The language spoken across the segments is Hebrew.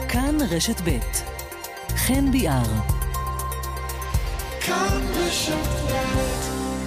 כאן רשת ב' חן ביאר. כאן רשת ב'.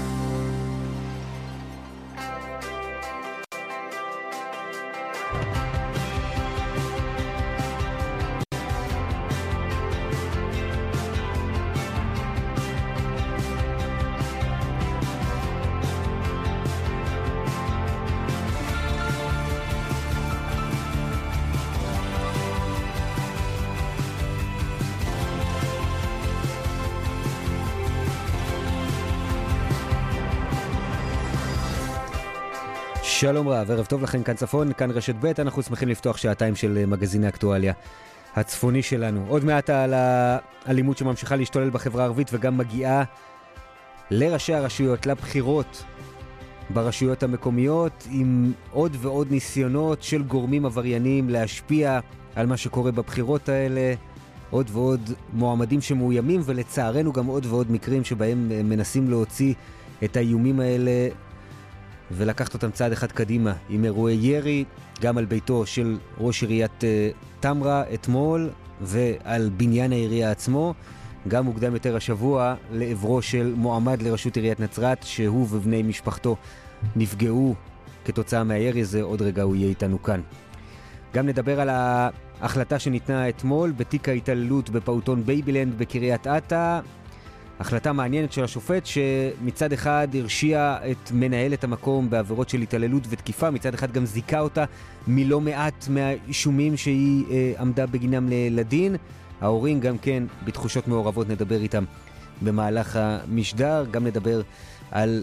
שלום רב, ערב טוב לכם, כאן צפון, כאן רשת ב', אנחנו שמחים לפתוח שעתיים של מגזין האקטואליה הצפוני שלנו. עוד מעט על האלימות שממשיכה להשתולל בחברה הערבית וגם מגיעה לראשי הרשויות, לבחירות ברשויות המקומיות, עם עוד ועוד ניסיונות של גורמים עבריינים להשפיע על מה שקורה בבחירות האלה, עוד ועוד מועמדים שמאוימים, ולצערנו גם עוד ועוד מקרים שבהם מנסים להוציא את האיומים האלה ולקחת אותם צעד אחד קדימה, עם אירועי ירי, גם על ביתו של ראש עיריית תמרה אתמול, ועל בניין העירייה עצמו, גם מוקדם יותר השבוע לעברו של מועמד לראשות עיריית נצרת, שהוא ובני משפחתו נפגעו כתוצאה מהירי הזה. עוד רגע הוא יהיה איתנו כאן. גם נדבר על ההחלטה שניתנה אתמול בתיק ההתעללות בפעוטון בייבילנד בקריית אתא, החלטה מעניינת של השופט שמצד אחד הרשיע את מנהלת המקום בעבירות של התעללות ותקיפה, מצד אחד גם זיקה אותה מלא מעט מהאישומים שהיא עמדה בגינם לדין. ההורים גם כן בתחושות מעורבות, נדבר איתם במהלך המשדר. גם נדבר על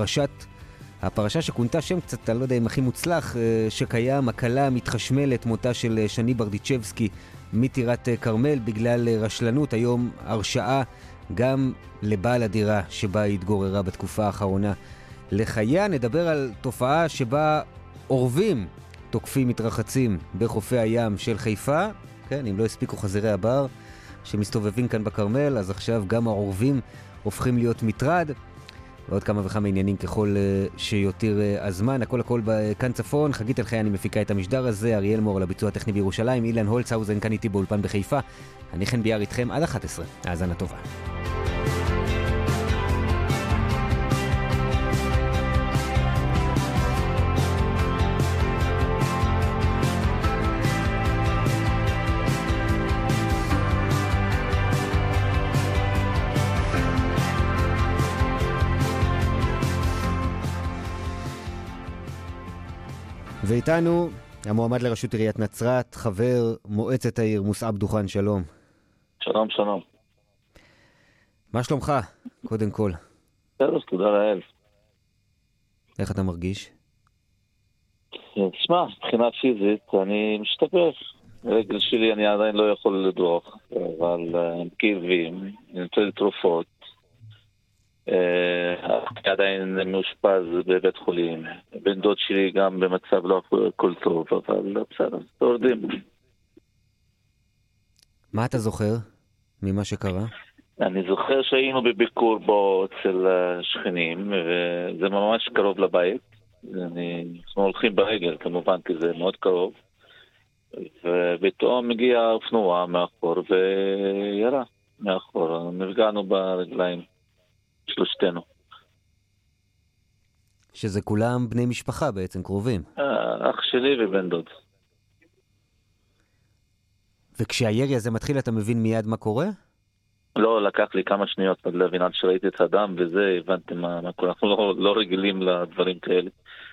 הפרשה שכונתה שם קצת, אני לא יודע אם הכי מוצלח, שקיים, הקלה מתחשמלת, מותה של שני ברדיצ'בסקי מטירת כרמל בגלל רשלנות. היום הרשעה גם לבעל הדירה שבה היא התגוררה בתקופה האחרונה לחייה. נדבר על תופעה שבה עורבים תוקפים מתרחצים בחופי הים של חיפה. כן, אם לא הספיקו חזירי הבר שמסתובבים כאן בכרמל, אז עכשיו גם העורבים הופכים להיות מטרד. ועוד כמה וכמה עניינים ככל שיותיר הזמן. הכל כאן צפון. חגית אלחייני מפיקה את המשדר הזה, אריאל מור לביצוע הטכני בירושלים, אילן הולצהאוזן כאן איתי באולפן בחיפה. אני חן ביאר איתכם עד 11. האזנה טובה. ואיתנו המועמד לראשות עיריית נצרת, חבר מועצת העיר מוסעב דוכן. שלום. שלום, שלום. מה שלומך, קודם כל? בסדר, תודה לאל. איך אתה מרגיש? תשמע, מבחינה פיזית אני משתפר. הרגל שלי אני עדיין לא יכול לדרוך, אבל עם כאבים, אני נוטל תרופות. אני עדיין מאושפז בבית חולים. בן דוד שלי גם במצב לא כל טוב, אבל בסדר, תורדים. מה אתה זוכר ממה שקרה? אני זוכר שהיינו בביקור בו אצל שכנים, וזה ממש קרוב לבית. אנחנו הולכים ברגל כמובן, כי זה מאוד קרוב. ופתאום מגיע אופנוע מאחור וירה מאחור. נפגענו ברגליים. שלושתנו. שזה כולם בני משפחה בעצם, קרובים. אח שלי ובן דוד. וכשהירי הזה מתחיל אתה מבין מיד מה קורה? לא, לקח לי כמה שניות עד להבין, עד שראיתי את הדם וזה, הבנתי מה קורה. אנחנו לא רגילים לדברים כאלה.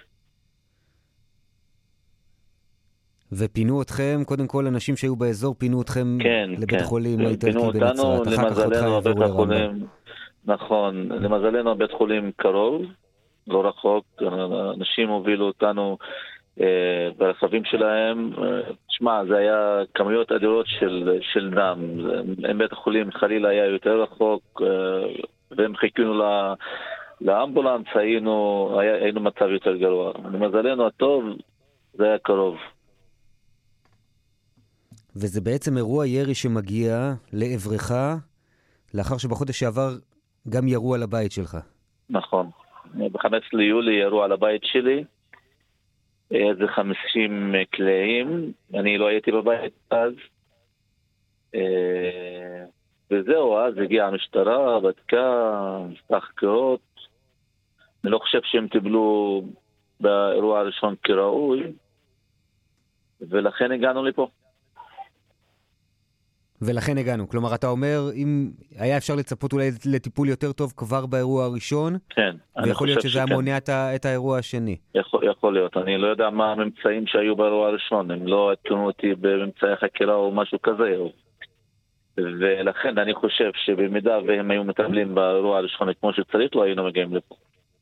ופינו אתכם, קודם כל אנשים שהיו באזור, פינו אתכם לבית חולים האיטלקי בנצרת. פינו אותנו, למזלנו הבית החולים. נכון, למזלנו בית חולים קרוב, לא רחוק, אנשים הובילו אותנו ברכבים שלהם. תשמע, זה היה כמויות אדירות של דם. אם בית החולים חלילה היה יותר רחוק, והם חיכינו לאמבולנס, היינו מצב יותר גרוע. למזלנו הטוב, זה היה קרוב. וזה בעצם אירוע ירי שמגיע לעברך, לאחר שבחודש שעבר גם ירו על הבית שלך. נכון. ב-15 ליולי ירו על הבית שלי. איזה 50 קלעים. אני לא הייתי בבית אז. וזהו, אז הגיעה המשטרה, בדקה, חקירות. אני לא חושב שהם טיפלו באירוע הראשון כראוי, ולכן הגענו לפה. ולכן הגענו. כלומר, אתה אומר, אם היה אפשר לצפות אולי לטיפול יותר טוב כבר באירוע הראשון, כן. ויכול להיות שזה המונע את האירוע השני. יכול להיות. אני לא יודע מה הממצאים שהיו באירוע הראשון. הם לא עדכנו אותי בממצאי חקירה או משהו כזה. ולכן אני חושב שבמידה והם היו מטפלים באירוע הראשון כמו שצריך, לא היינו מגיעים לפה.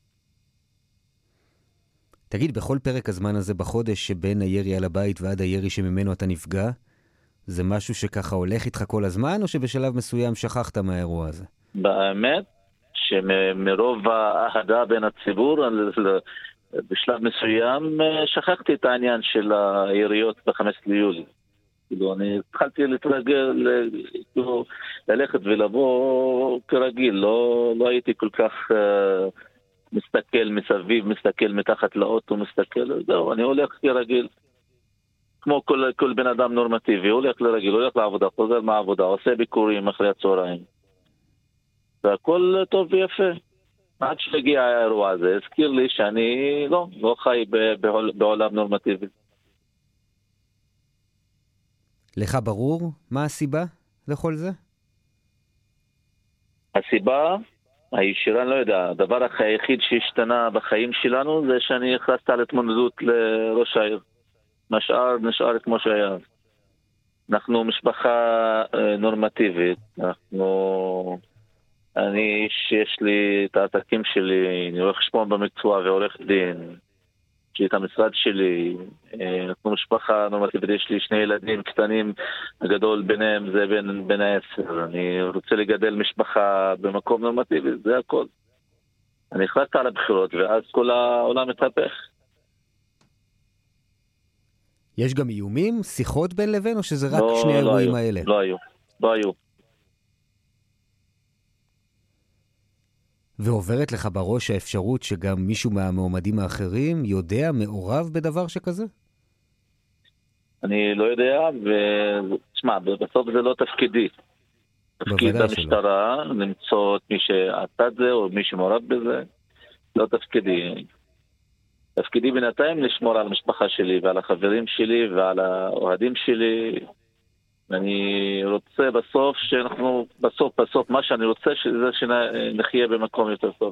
תגיד, בכל פרק הזמן הזה בחודש שבין הירי על הבית ועד הירי שממנו אתה נפגע, זה משהו שככה הולך איתך כל הזמן, או שבשלב מסוים שכחת מהאירוע הזה? באמת, שמרוב האהדה בין הציבור, בשלב מסוים שכחתי את העניין של היריות ב-15 ליולי. אני התחלתי להתרגל, ללכת ולבוא כרגיל, לא הייתי כל כך מסתכל מסביב, מסתכל מתחת לאוטו, מסתכל, זהו, אני הולך כרגיל. כמו כל בן אדם נורמטיבי, הולך לרגיל, הולך לעבודה, חוזר מהעבודה, עושה ביקורים אחרי הצהריים. והכל טוב ויפה. עד שהגיע האירוע הזה, הזכיר לי שאני לא חי בעולם נורמטיבי. לך ברור מה הסיבה לכל זה? הסיבה הישירה, אני לא יודע, הדבר היחיד שהשתנה בחיים שלנו זה שאני הכרסתי על התמודדות לראש העיר. השאר נשאר כמו שהיה. אנחנו משפחה נורמטיבית, יש לי את העסקים שלי, אני עורך חשבון במקצוע ועורך דין, יש לי את המשרד שלי, אנחנו משפחה נורמטיבית, יש לי 2 ילדים קטנים, הגדול ביניהם זה בן 10, אני רוצה לגדל משפחה במקום נורמטיבי, זה הכל. אני החלטתי על הבחירות ואז כל העולם מתהפך. יש גם איומים, שיחות בין לבין, או שזה רק שני האירועים האלה? לא היו. ועוברת לך בראש האפשרות שגם מישהו מהמועמדים האחרים יודע, מעורב בדבר שכזה? אני לא יודע, ותשמע, בסוף זה לא תפקידי. תפקיד המשטרה, למצוא את מי שעשה את זה, או מי שמעורב בזה, לא תפקידי. תפקידי בינתיים לשמור על המשפחה שלי, ועל החברים שלי, ועל האוהדים שלי. אני רוצה בסוף שאנחנו, בסוף, מה שאני רוצה שזה שנחיה במקום יותר טוב.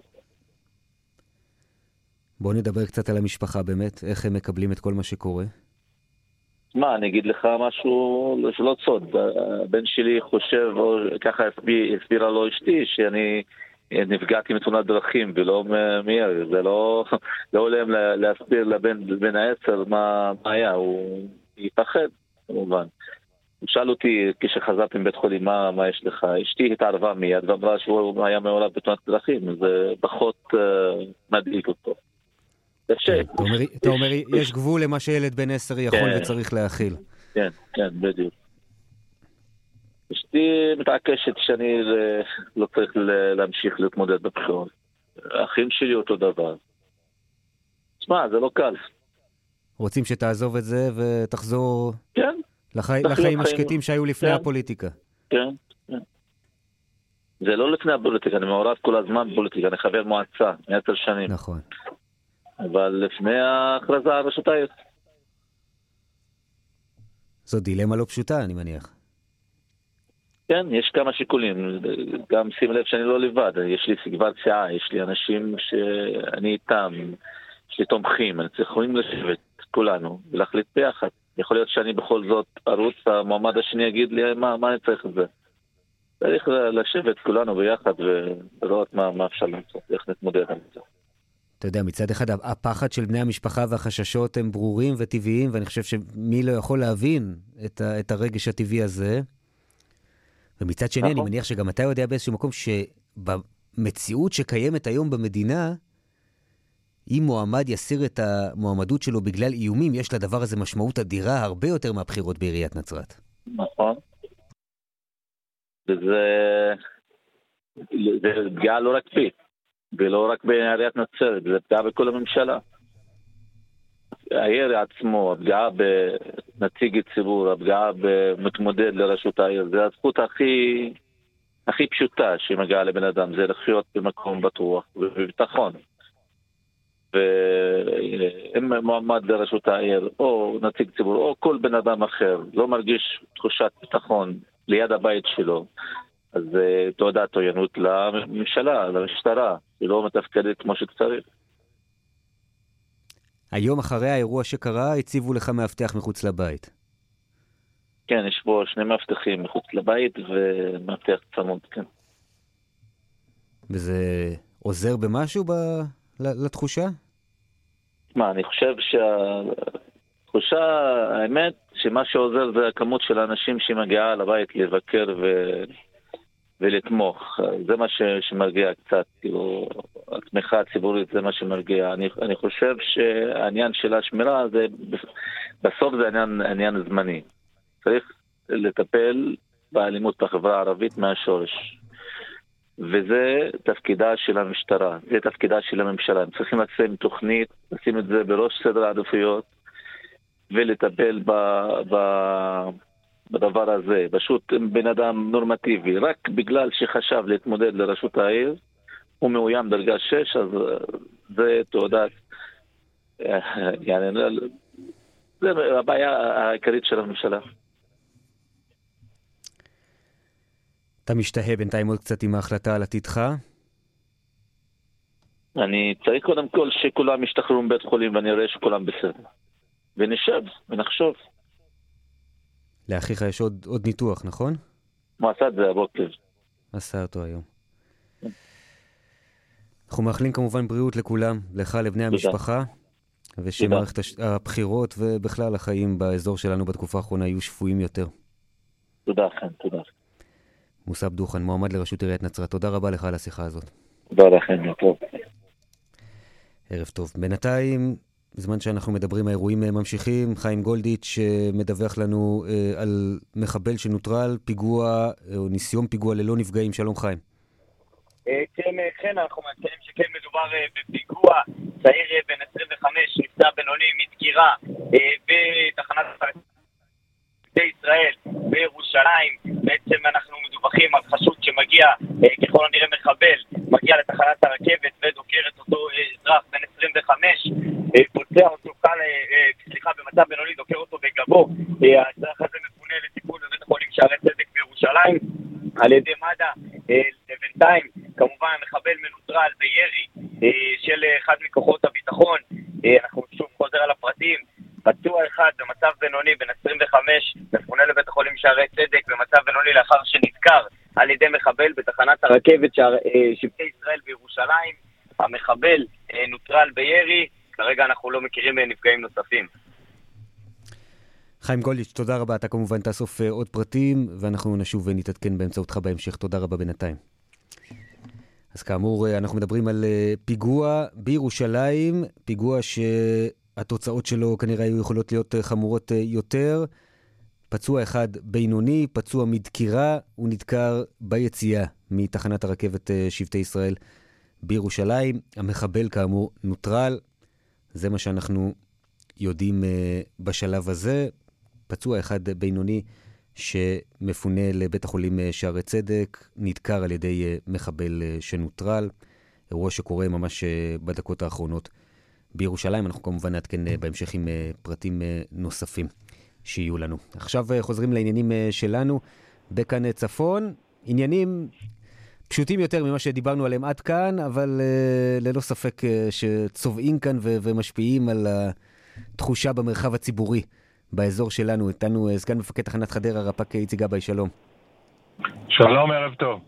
בוא נדבר קצת על המשפחה באמת, איך הם מקבלים את כל מה שקורה. מה, אני אגיד לך משהו שלא סוד. הבן שלי חושב, או ככה הסבירה לו אשתי, שאני נפגעתי מתאונת דרכים ולא מירי. זה לא הולם להסביר לבן 10 מה היה, הוא יפחד, כמובן. הוא שאל אותי כשחזרתי מבית חולים, מה יש לך? אשתי התערבה מיד ואמרה שהוא היה מעורב בתאונת דרכים, זה פחות מדאיג אותו. אתה אומר, יש גבול למה שילד בן 10 יכול וצריך להכיל. כן, בדיוק. אשתי מתעקשת שאני לא צריך להמשיך להתמודד בבחירות. האחים שלי אותו דבר. תשמע, זה לא קל. רוצים שתעזוב את זה ותחזור לחיים השקטים שהיו לפני הפוליטיקה. כן. זה לא לפני הפוליטיקה, אני מעורב כל הזמן בפוליטיקה, אני חבר מועצה, 10 שנים. נכון. אבל לפני ההכרזה על רשות העיר. זו דילמה לא פשוטה, אני מניח. כן, יש כמה שיקולים. גם שים לב שאני לא לבד. יש לי סגבר סיעה, יש לי אנשים שאני איתם, יש לי תומכים. אני צריכים לשבת כולנו ולהחליט ביחד. יכול להיות שאני בכל זאת ערוץ המועמד השני יגיד לי מה אני צריך את זה. צריך לשבת כולנו ביחד ולראות מה אפשר למצוא, איך נתמודד עם זה. אתה יודע, מצד אחד, הפחד של בני המשפחה והחששות הם ברורים וטבעיים, ואני חושב שמי לא יכול להבין את הרגש הטבעי הזה. ומצד שני, אני מניח שגם אתה יודע באיזשהו מקום שבמציאות שקיימת היום במדינה, אם מועמד יסיר את המועמדות שלו בגלל איומים, יש לדבר הזה משמעות אדירה הרבה יותר מהבחירות בעיריית נצרת. נכון. זה פגיעה לא רק בי. ולא רק בעיריית נצרת, זה פגיעה בכל הממשלה. הירי עצמו, הפגיעה בנציג ציבור, הפגיעה במתמודד לראשות העיר, זה הזכות הכי פשוטה שמגיעה לבן אדם, זה לחיות במקום בטוח ובביטחון. ואם מועמד לראשות העיר או נציג ציבור או כל בן אדם אחר לא מרגיש תחושת ביטחון ליד הבית שלו, אז תעודת עוינות לממשלה, למשטרה, היא לא מתפקדת כמו שצריך. היום אחרי האירוע שקרה הציבו לך מאבטח מחוץ לבית. כן, יש פה 2 מאבטחים מחוץ לבית ומאבטח צמוד, כן. וזה עוזר במשהו לתחושה? מה, אני חושב שהתחושה, האמת, שמה שעוזר זה הכמות של האנשים שמגיעה לבית לבקר ולתמוך. זה מה שמרגיע קצת, כאילו, התמיכה הציבורית זה מה שמרגיע. אני חושב שהעניין של השמירה, בסוף זה עניין זמני. צריך לטפל באלימות בחברה הערבית מהשורש. וזה תפקידה של המשטרה, זה תפקידה של הממשלה. הם צריכים לשים תוכנית, לשים את זה בראש סדר העדיפויות, ולטפל בדבר הזה. פשוט בן אדם נורמטיבי, רק בגלל שחשב להתמודד לראשות העיר, הוא מאוים דרגה 6, אז זה תעודת, זה הבעיה העיקרית של הממשלה. אתה משתהה בינתיים עוד קצת עם ההחלטה על עתידך? אני צריך קודם כל שכולם ישתחררו מבית חולים ואני אראה שכולם בסדר. ונשב ונחשוב. לאחיך יש עוד ניתוח, נכון? מה עשה את זה הבוקר? עשה אותו היום. אנחנו מאחלים כמובן בריאות לכולם, לך, לבני המשפחה, ושמערכת הבחירות ובכלל החיים באזור שלנו בתקופה האחרונה יהיו שפויים יותר. תודה, כן, תודה. מוסב דוכן, מועמד לראשות עיריית נצרת, תודה רבה לך על השיחה הזאת. תודה לכם, טוב. ערב טוב. בינתיים, בזמן שאנחנו מדברים, האירועים ממשיכים. חיים גולדיץ' מדווח לנו על מחבל שנוטרל, פיגוע או ניסיון פיגוע ללא נפגעים. שלום חיים. כן, אנחנו מעדכנים שכן מדובר בפיגוע. צעיר בן 25 נפצע בינוני מדקירה בתחנת ישראל בירושלים. בעצם אנחנו מדווחים על חשוד שמגיע, ככל הנראה מחבל, מגיע לתחנת הרכבת ודוקר את אותו אזרח בן 25, פוצע אותו כאן, במצב בינוני, דוקר אותו בגבו. האזרח הזה מפונה לטיפול בבית החולים שערי צדק בירושלים על ידי מד"א. בינתיים כמובן המחבל מנוטרל בירי של אחד מכוחות הביטחון. אנחנו שוב חוזר על הפרטים. פצוע אחד במצב בינוני בן 25 מפונה לבית החולים שערי צדק במצב בינוני לאחר שנדקר על ידי מחבל בתחנת הרכבת שבטי ישראל בירושלים. המחבל נוטרל בירי, כרגע אנחנו לא מכירים נפגעים נוספים. חיים גולדיץ', תודה רבה. אתה כמובן תאסוף עוד פרטים ואנחנו נשוב ונתעדכן באמצעותך בהמשך. תודה רבה בינתיים. אז כאמור, אנחנו מדברים על פיגוע בירושלים, פיגוע שהתוצאות שלו כנראה היו יכולות להיות חמורות יותר. פצוע אחד בינוני, פצוע מדקירה, הוא נדקר ביציאה מתחנת הרכבת שבטי ישראל בירושלים. המחבל כאמור נוטרל, זה מה שאנחנו יודעים בשלב הזה. פצוע אחד בינוני שמפונה לבית החולים שערי צדק, נדקר על ידי מחבל שנוטרל. אירוע שקורה ממש בדקות האחרונות בירושלים. אנחנו כמובן נעדכן בהמשך עם פרטים נוספים שיהיו לנו. עכשיו חוזרים לעניינים שלנו בכאן צפון. עניינים פשוטים יותר ממה שדיברנו עליהם עד כאן, אבל ללא ספק שצובעים כאן ומשפיעים על התחושה במרחב הציבורי באזור שלנו. איתנו סגן מפקד תחנת חדרה, רפ"ק איציק גבאי, שלום. שלום, ערב טוב.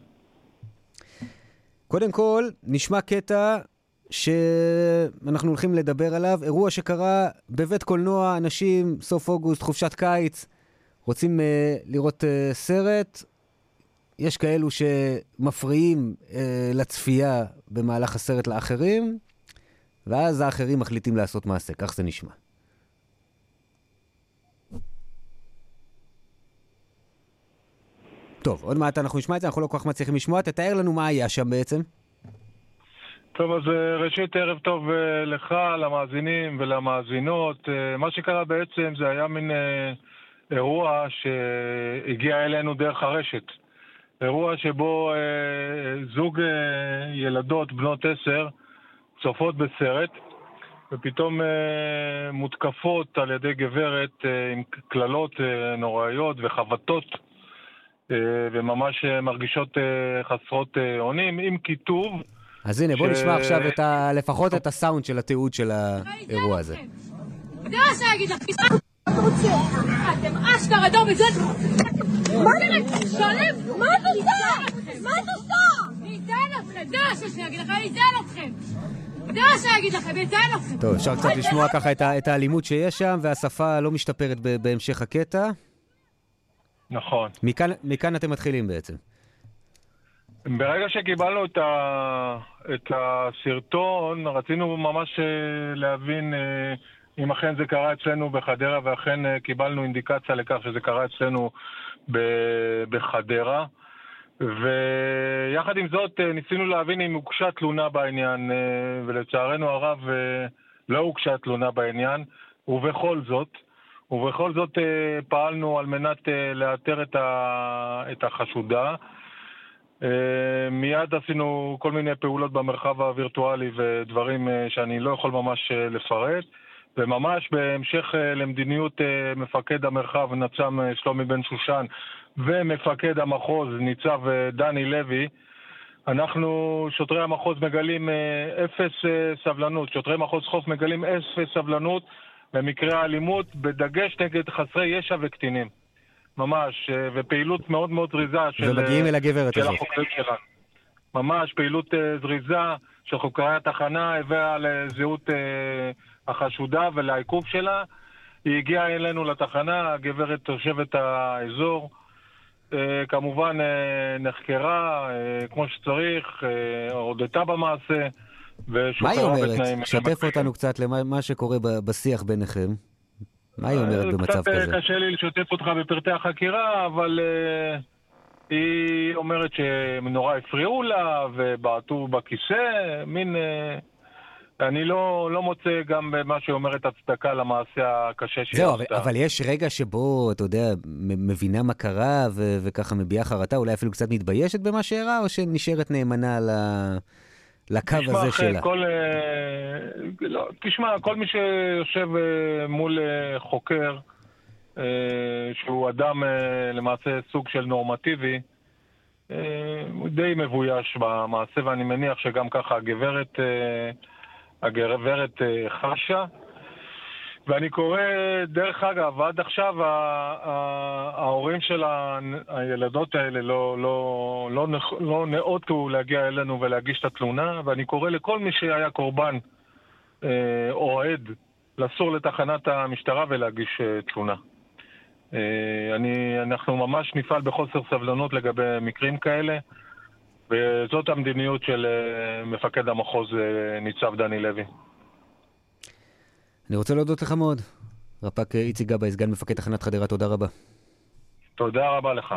קודם כל, נשמע קטע שאנחנו הולכים לדבר עליו. אירוע שקרה בבית קולנוע, אנשים, סוף אוגוסט, חופשת קיץ, רוצים לראות סרט. יש כאלו שמפריעים לצפייה במהלך הסרט לאחרים, ואז האחרים מחליטים לעשות מעשה. כך זה נשמע. טוב, עוד מעט אנחנו נשמע את זה, אנחנו לא כל כך מצליחים לשמוע. תתאר לנו מה היה שם בעצם. טוב, אז ראשית ערב טוב לך, למאזינים ולמאזינות. מה שקרה בעצם זה היה מין אירוע שהגיע אלינו דרך הרשת. אירוע שבו זוג ילדות בנות 10 צופות בסרט, ופתאום מותקפות על ידי גברת עם כללות נוראיות וחבטות, וממש מרגישות חסרות אונים, עם כיתוב. אז הנה, בוא נשמע עכשיו לפחות את הסאונד של התיעוד של האירוע הזה. אתה מה שאני אגיד לך? אתם אשכרה דור בזה? מה נראה? שואלים? מה את עושה? מה את עושה? ניתן אתכם, זה מה שאני אגיד לך, ניתן אתכם. זה מה שאני אגיד לכם, ניתן אתכם. טוב, אפשר קצת לשמוע ככה את האלימות שיש שם, והשפה לא משתפרת בהמשך הקטע. נכון. מכאן אתם מתחילים בעצם. ברגע שקיבלנו את הסרטון, רצינו ממש להבין אם אכן זה קרה אצלנו בחדרה, ואכן קיבלנו אינדיקציה לכך שזה קרה אצלנו בחדרה. ויחד עם זאת ניסינו להבין אם הוגשה תלונה בעניין, ולצערנו הרב לא הוגשה תלונה בעניין, ובכל זאת פעלנו על מנת לאתר את החשודה. מיד עשינו כל מיני פעולות במרחב הווירטואלי ודברים שאני לא יכול ממש לפרט, וממש בהמשך למדיניות מפקד המרחב נצ"מ שלומי בן שושן ומפקד המחוז ניצב דני לוי, אנחנו שוטרי המחוז מגלים אפס סבלנות, שוטרי מחוז חוף מגלים אפס סבלנות במקרה האלימות, בדגש נגד חסרי ישע וקטינים. ממש, ופעילות מאוד מאוד זריזה ומגיעים אל הגברת הזאת. ממש, פעילות זריזה של חוקרי התחנה הביאה לזהות החשודה ולעיכוב שלה. היא הגיעה אלינו לתחנה, הגברת תושבת האזור, כמובן נחקרה כמו שצריך, הודתה במעשה מה היא אומרת? שתף אותנו קצת למה שקורה בשיח ביניכם. מה היא אומרת במצב כזה? קצת קשה לי לשתף אותך בפרטי החקירה, אבל היא אומרת שנורא הפריעו לה ובעטו בכיסא, מין... אני לא מוצא גם במה שאומרת הצדקה למעשה הקשה שהיא עשתה. זהו, אבל יש רגע שבו, אתה יודע, מבינה מה קרה וככה מביעה חרטה, אולי אפילו קצת מתביישת במה שאירע, או שנשארת נאמנה לקו הזה שלה? תשמע, כל מי שיושב מול חוקר, שהוא אדם למעשה סוג של נורמטיבי, הוא די מבויש במעשה, ואני מניח שגם ככה הגברת חשה. ואני קורא, דרך אגב, עד עכשיו ההורים של הילדות האלה לא נאותו להגיע אלינו ולהגיש את התלונה, ואני קורא לכל מי שהיה קורבן או עד לסור לתחנת המשטרה ולהגיש תלונה. אנחנו ממש נפעל בחוסר סבלנות לגבי מקרים כאלה, וזאת המדיניות של מפקד המחוז ניצב דני לוי. אני רוצה להודות לך מאוד. רפ"ק איציק גבאי, סגן מפקד תחנת חדרה, תודה רבה. תודה רבה לך.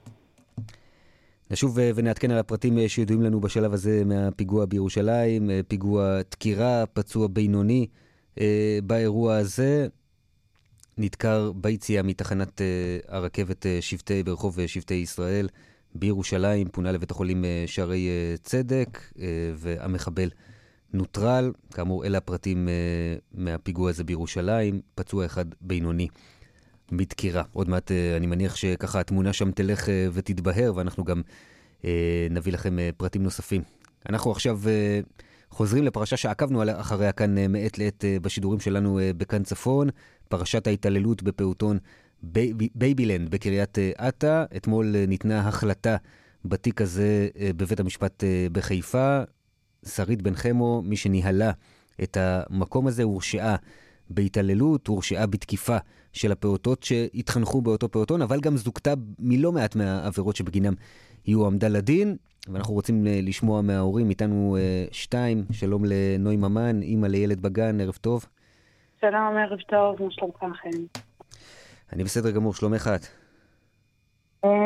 נשוב ונעדכן על הפרטים שידועים לנו בשלב הזה מהפיגוע בירושלים, פיגוע דקירה, פצוע בינוני באירוע הזה. נדקר ביציאה מתחנת הרכבת שבטי ברחוב שבטי ישראל בירושלים, פונה לבית החולים שערי צדק, והמחבל נוטרל. כאמור, אלה הפרטים מהפיגוע הזה בירושלים, פצוע אחד בינוני מדקירה. עוד מעט אני מניח שככה התמונה שם תלך ותתבהר, ואנחנו גם נביא לכם פרטים נוספים. אנחנו עכשיו חוזרים לפרשה שעקבנו אחריה כאן מעת לעת בשידורים שלנו בכאן צפון, פרשת ההתעללות בפעוטון בייבילנד בקריית אתא. אתמול ניתנה החלטה בתיק הזה בבית המשפט בחיפה. שרית בן חמו, מי שניהלה את המקום הזה, הורשעה בהתעללות, הורשעה בתקיפה של הפעוטות שהתחנכו באותו פעוטון, אבל גם זוכתה מלא מעט מהעבירות שבגינם היא הועמדה לדין. ואנחנו רוצים לשמוע מההורים. איתנו שתיים. שלום לנוי ממן, אמא לילד בגן, ערב טוב. שלום, ערב טוב, מה שלומך לכם? אני בסדר גמור, שלומך את?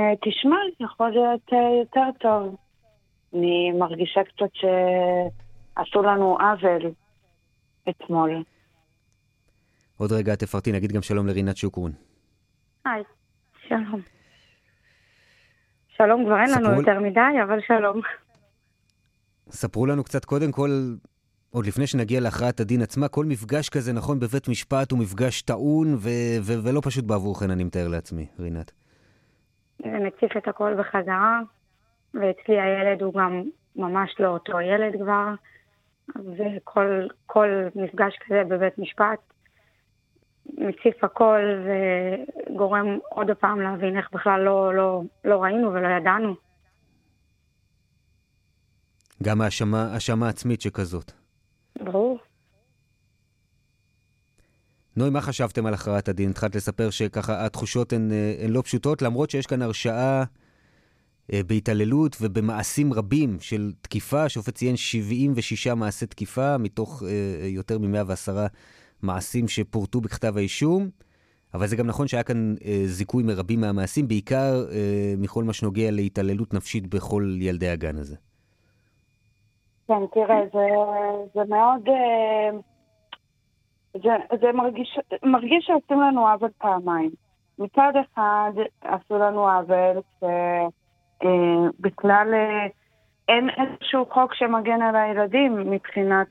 תשמע, יכול להיות יותר טוב. אני מרגישה קצת עשו לנו עוול אתמול. עוד רגע תפרטי, נגיד גם שלום לרינת שוקרון. היי, שלום. שלום כבר אין לנו יותר מדי, אבל שלום. ספרו לנו קצת קודם כל, עוד לפני שנגיע להכרעת הדין עצמה, כל מפגש כזה, נכון, בבית משפט הוא מפגש טעון ולא פשוט בעבורכן, אני מתאר לעצמי, רינת. זה מציף את הכל בחזרה, ואצלי הילד הוא גם ממש לא אותו ילד כבר, וכל מפגש כזה בבית משפט מציף הכל וגורם עוד הפעם להבין איך בכלל לא ראינו ולא ידענו. גם האשמה עצמית שכזאת. ברור. נוי, מה חשבתם על הכרעת הדין? התחלת לספר שככה התחושות הן לא פשוטות, למרות שיש כאן הרשעה בהתעללות ובמעשים רבים של תקיפה. שופט ציין 76 מעשי תקיפה, מתוך יותר מ-110 מעשים שפורטו בכתב האישום. אבל זה גם נכון שהיה כאן זיכוי מרבים מהמעשים, בעיקר מכל מה שנוגע להתעללות נפשית בכל ילדי הגן הזה. כן, תראה, זה מאוד... זה מרגיש שעושים לנו עוול פעמיים. מצד אחד עשו לנו עוול שבכלל אין איזשהו חוק שמגן על הילדים מבחינת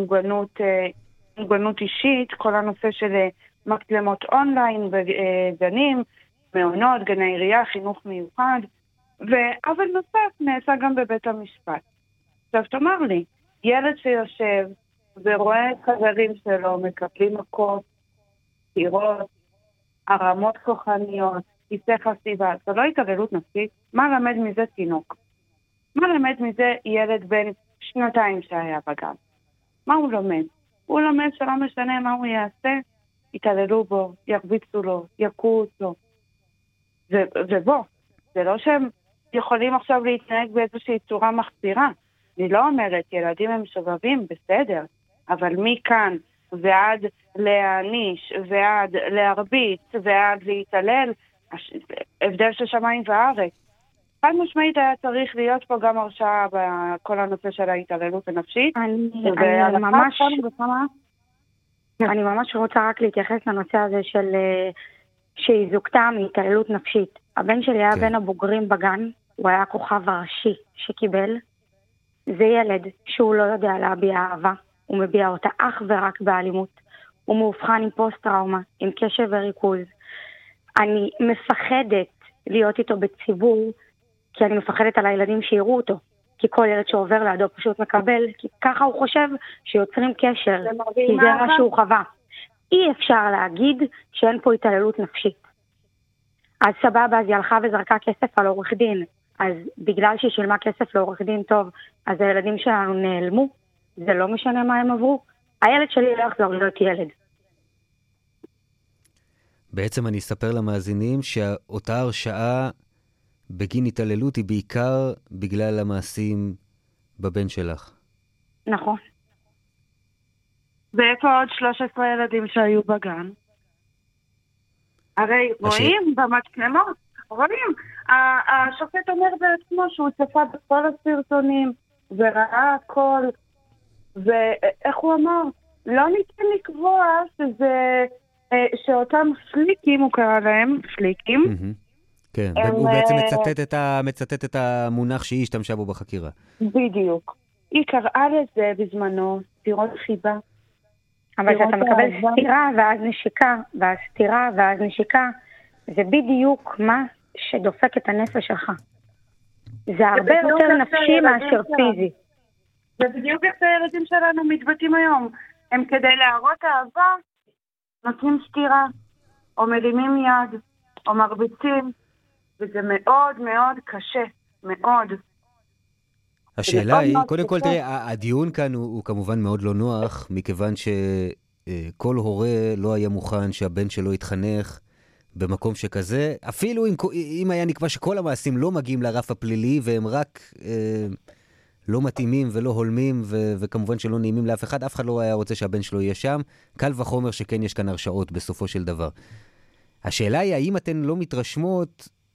מוגנות אישית, כל הנושא של מצלמות אונליין בגנים, מעונות, גני עירייה, חינוך מיוחד, ועוול נוסף נעשה גם בבית המשפט. עכשיו תאמר לי, ילד שיושב ורואה חברים שלו מקבלים מכות, טירות, הרמות כוחניות, כיסא חסיבה, זה לא התעללות נפשית? מה למד מזה תינוק? מה למד מזה ילד בן 2 שהיה בגן? מה הוא לומד? הוא לומד שלא משנה מה הוא יעשה, יתעללו בו, ירביצו לו, יכו אותו. ובוא, זה לא שהם יכולים עכשיו להתנהג באיזושהי צורה מחפירה. אני לא אומרת, ילדים הם סובבים, בסדר, אבל מכאן ועד להעניש, ועד להרביץ, ועד להתעלל, הבדל של שמיים וארץ. חד משמעית היה צריך להיות פה גם הרשעה בכל הנושא של ההתעללות הנפשית. אני ממש רוצה רק להתייחס לנושא הזה של שהיא זוכתה מהתעללות נפשית. הבן שלי היה בין הבוגרים בגן, הוא היה הכוכב הראשי שקיבל. זה ילד שהוא לא יודע להביע אהבה, הוא מביע אותה אך ורק באלימות. הוא מאובחן עם פוסט-טראומה, עם קשב וריכוז. אני מפחדת להיות איתו בציבור, כי אני מפחדת על הילדים שיראו אותו. כי כל ילד שעובר לידו פשוט מקבל, כי ככה הוא חושב שיוצרים קשר, כי זה מה שהוא חווה. אי אפשר להגיד שאין פה התעללות נפשית. אז סבבה, אז היא הלכה וזרקה כסף על עורך דין. אז בגלל שהיא שילמה כסף לעורך דין טוב, אז הילדים שלנו נעלמו. זה לא משנה מה הם עברו. הילד שלי לא יחזור להיות ילד. בעצם אני אספר למאזינים שאותה הרשעה בגין התעללות היא בעיקר בגלל המעשים בבן שלך. נכון. ואיפה עוד 13 ילדים שהיו בגן? הרי רואים במצלמות, רואים. השופט אומר בעצמו שהוא צפה בכל הסרטונים וראה הכל, ואיך הוא אמר? לא ניתן לקבוע שזה, שאותם פליקים, הוא קרא להם פליקים, כן, הוא בעצם מצטט את המונח שהיא השתמשה בו בחקירה. בדיוק. היא קראה לזה בזמנו סתירות חיבה. אבל כשאתה מקבל סתירה ואז נשיקה, ואז סתירה ואז נשיקה, זה בדיוק מה שדופק את הנפש שלך. זה הרבה יותר נפשי מאשר פיזי. זה בדיוק איך הילדים שלנו מתבטאים היום. הם כדי להראות אהבה, נותנים סתירה, או מרימים יד, או מרביצים, וזה מאוד מאוד קשה, מאוד. השאלה היא, קודם כל תראה, הדיון כאן הוא כמובן מאוד לא נוח, מכיוון שכל הורה לא היה מוכן שהבן שלו יתחנך במקום שכזה, אפילו אם היה נקבע שכל המעשים לא מגיעים לרף הפלילי, והם רק לא מתאימים ולא הולמים, וכמובן שלא נעימים לאף אחד, אף אחד לא היה רוצה שהבן שלו יהיה שם, קל וחומר שכן יש כאן הרשעות בסופו של דבר. השאלה היא, האם אתן לא מתרשמות,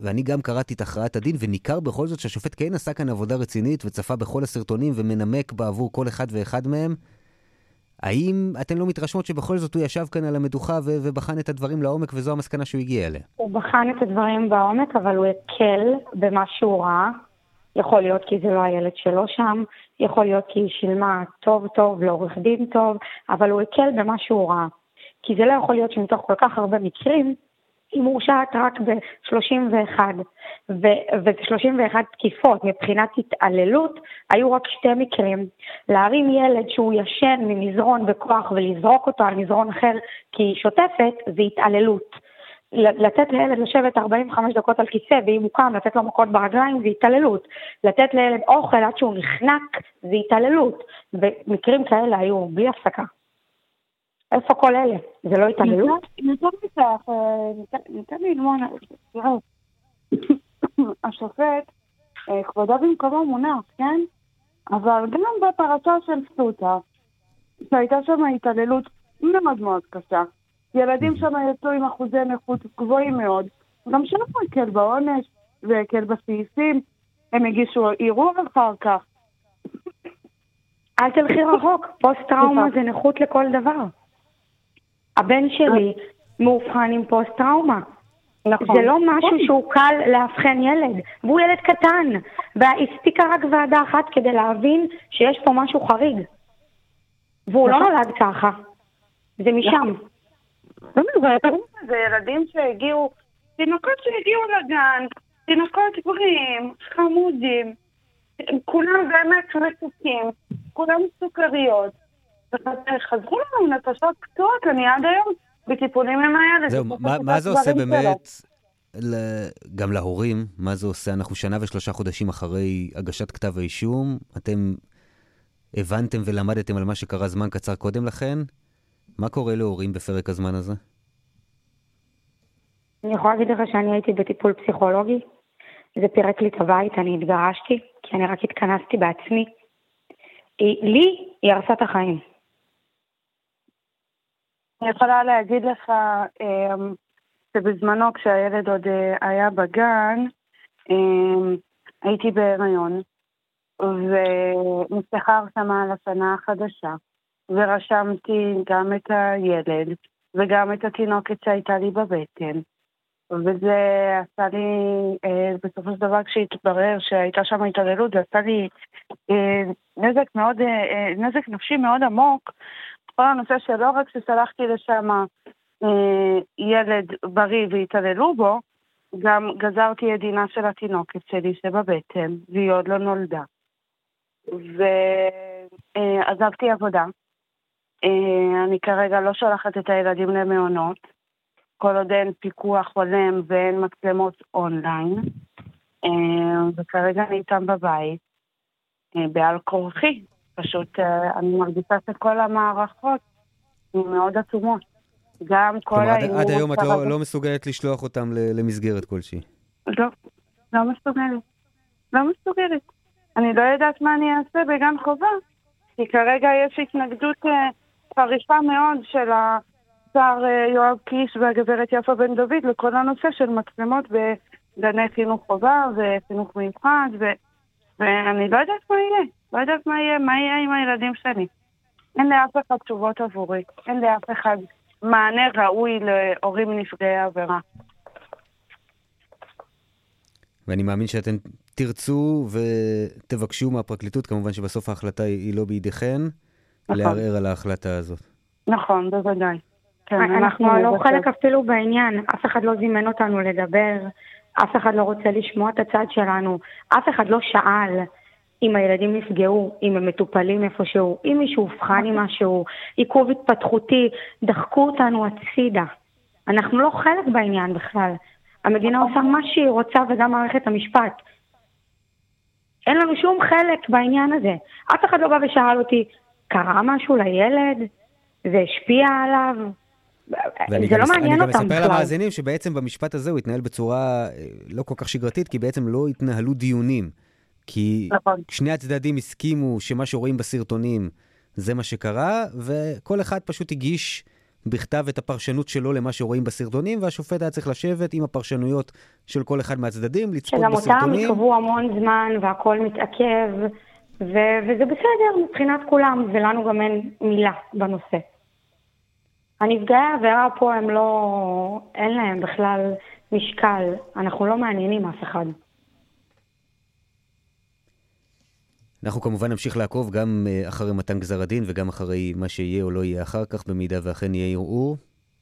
ואני גם קראתי את הכרעת הדין, וניכר בכל זאת שהשופט כן עשה כאן עבודה רצינית, וצפה בכל הסרטונים, ומנמק בעבור כל אחד ואחד מהם. האם אתן לא מתרשמות שבכל זאת הוא ישב כאן על המדוכה ובחן את הדברים לעומק, וזו המסקנה שהוא הגיע אליה? הוא בחן את הדברים בעומק, אבל הוא הקל במה שהוא ראה. יכול להיות כי זה לא הילד שלו שם, יכול להיות כי היא שילמה טוב, לעורך דין טוב, אבל הוא הקל במה שהוא ראה. כי זה לא יכול להיות שמתוך כל כך הרבה מקרים, היא מורשעת רק ב-31, ו-31 תקיפות מבחינת התעללות, היו רק 2 מקרים. להרים ילד שהוא ישן ממזרון בכוח ולזרוק אותו על מזרון אחר כי היא שוטפת, זה התעללות. לתת לילד לשבת 45 דקות על כיסא והיא מוקם, לתת לו מכות ברגליים זה התעללות. לתת לילד אוכל עד שהוא נחנק זה התעללות. ומקרים כאלה היו בלי הפסקה. איפה כל אלה? זה לא התעללות? ניתן ללמוד, השופט, כבודו במקומו מונח, כן? אבל גם בפרשה של סוטה, שהייתה שם התעללות מאוד מאוד קשה. ילדים שם יצאו עם אחוזי נכות גבוהים מאוד. גם שם הוא הקל בעונש והקל בסעיפים. הם הגישו ערעור אחר כך. אל תלכי רחוק. פוסט-טראומה זה נכות לכל דבר. הבן שלי מאובחן עם פוסט-טראומה. זה לא משהו שהוא קל להבחן ילד. והוא ילד קטן. והספיקה רק ועדה אחת כדי להבין שיש פה משהו חריג. והוא לא נולד ככה. זה משם. זה ילדים שהגיעו, תינוקות שהגיעו לגן, תינוקות בריאים, חמודים, כולם באמת מתוקים, כולם סוכריות. חזרו לנו נפשות קטועות, אני עד היום בטיפולים עם הילד. זהו, מה זה עושה באמת, גם להורים, מה זה עושה? אנחנו 1 ו3 חודשים אחרי הגשת כתב האישום, אתם הבנתם ולמדתם על מה שקרה זמן קצר קודם לכן? מה קורה להורים בפרק הזמן הזה? אני יכולה להגיד לך שאני הייתי בטיפול פסיכולוגי. זה פירק לי את הבית, אני התגרשתי, כי אני רק התכנסתי בעצמי. לי היא הרסה את החיים. אני יכולה להגיד לך שבזמנו כשהילד עוד היה בגן, הייתי בהיריון, ונפתחה הרשמה על השנה החדשה. ורשמתי גם את הילד וגם את התינוקת שהייתה לי בבטן. וזה עשה לי, בסופו של דבר כשהתברר שהייתה שם התעללות, זה עשה לי נזק נפשי מאוד עמוק. כל הנושא שלא רק שסלחתי לשם ילד בריא והתעללו בו, גם גזרתי את דינה של התינוקת שלי שבבטן, והיא עוד לא נולדה. ועזבתי עבודה. אני כרגע לא שולחת את הילדים למעונות, כל עוד אין פיקוח הולם ואין מצלמות אונליין, וכרגע אני איתם בבית, בעל כורחי. פשוט אני מרגישה שכל המערכות הן מאוד עצומות. גם כל כלומר, עד היום את לא מסוגלת לשלוח אותם למסגרת כלשהי? לא מסוגלת. אני לא יודעת מה אני אעשה בגן חובה, כי כרגע יש התנגדות חריפה מאוד של השר יואב קיש והגברת יפה בן דוד לכל הנושא של מצלמות בגני חינוך חובה וחינוך מיוחד, ואני לא יודעת מה יהיה. מה יהיה עם הילדים שלי. אין לאף אחד תשובות עבורי, אין לאף אחד מענה ראוי להורים נפגעי עבירה. ואני מאמין שאתם תרצו ותבקשו מהפרקליטות, כמובן שבסוף ההחלטה היא לא בידיכן, לערער על ההחלטה הזאת. נכון, בוודאי. אנחנו לא חלק אפילו בעניין, אף אחד לא זימן אותנו לדבר, אף אחד לא רוצה לשמוע את הצד שלנו, אף אחד לא שאל אם הילדים נפגעו, אם הם מטופלים איפשהו, אם מישהו הובחן עם משהו, עיכוב התפתחותי, דחקו אותנו הצידה. אנחנו לא חלק בעניין בכלל. המדינה עושה מה שהיא רוצה וגם מערכת המשפט. אין לנו שום חלק בעניין הזה. אף אחד לא בא ושאל אותי, קרה משהו לילד? זה השפיע עליו? זה לא מעניין אותם בכלל. אני גם אספר למאזינים שבעצם במשפט הזה הוא התנהל בצורה לא כל כך שגרתית, כי בעצם לא התנהלו דיונים. כי שני הצדדים הסכימו שמה שרואים בסרטונים זה מה שקרה, וכל אחד פשוט הגיש בכתב את הפרשנות שלו למה שרואים בסרטונים, והשופט היה צריך לשבת עם הפרשנויות של כל אחד מהצדדים, לצפות בסרטונים. שגם אותם התקבו המון זמן והכל מתעכב, וזה בסדר מבחינת כולם, ולנו גם אין מילה בנושא. הנפגעי העבירה פה הם לא, אין להם בכלל משקל, אנחנו לא מעניינים אף אחד. אנחנו כמובן נמשיך לעקוב גם אחרי מתן גזר הדין וגם אחרי מה שיהיה או לא יהיה אחר כך, במידה ואכן יהיה ערעור.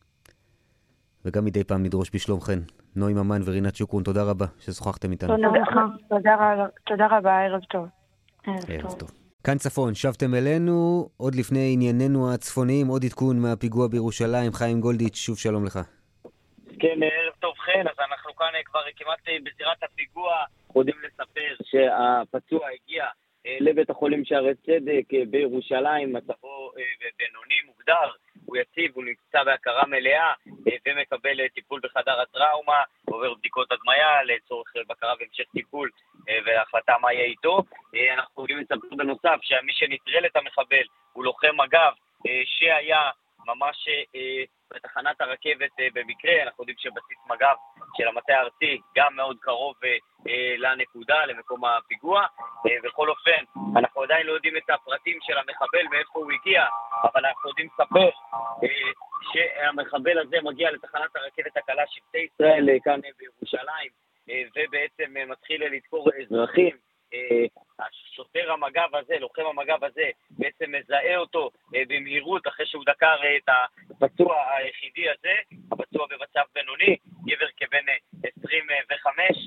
וגם מדי פעם נדרוש בשלומכן. נוי ממן ורינת שוקרון, תודה רבה ששוחחתם איתנו. תודה רבה, ערב טוב. ערב טוב. כאן צפון, שבתם אלינו, עוד לפני ענייננו הצפוניים, עוד עדכון מהפיגוע בירושלים. חיים גולדיץ', שוב שלום לך. כן, ערב טוב חן, אז אנחנו כאן כבר כמעט בזירת הפיגוע, יודעים לספר שהפצוע הגיע לבית החולים שערי צדק בירושלים, מצבו בינוני מוגדר, הוא יציב, הוא נמצא בהכרה מלאה ומקבל טיפול בחדר הטראומה, עובר בדיקות הדמיה לצורך בקרה והמשך טיפול והחלטה מה יהיה איתו. אנחנו יכולים לספר בנוסף שמי שנטרל את המחבל הוא לוחם מג"ב שהיה ממש בתחנת הרכבת במקרה. אנחנו יודעים שבסיס מג"ב של המטה הארצי גם מאוד קרוב לנקודה, למקום הפיגוע. בכל אופן, אנחנו עדיין לא יודעים את הפרטים של המחבל, מאיפה הוא הגיע, אבל אנחנו יודעים לספר שהמחבל הזה מגיע לתחנת הרכבת הקלה שבטי ישראל כאן בירושלים, ובעצם מתחיל לדקור אזרחים. השוטר המג"ב הזה, לוחם המג"ב הזה, בעצם מזהה אותו במהירות אחרי שהוא דקר את הפצוע היחידי הזה, הפצוע במצב בינוני, גבר כבן 25.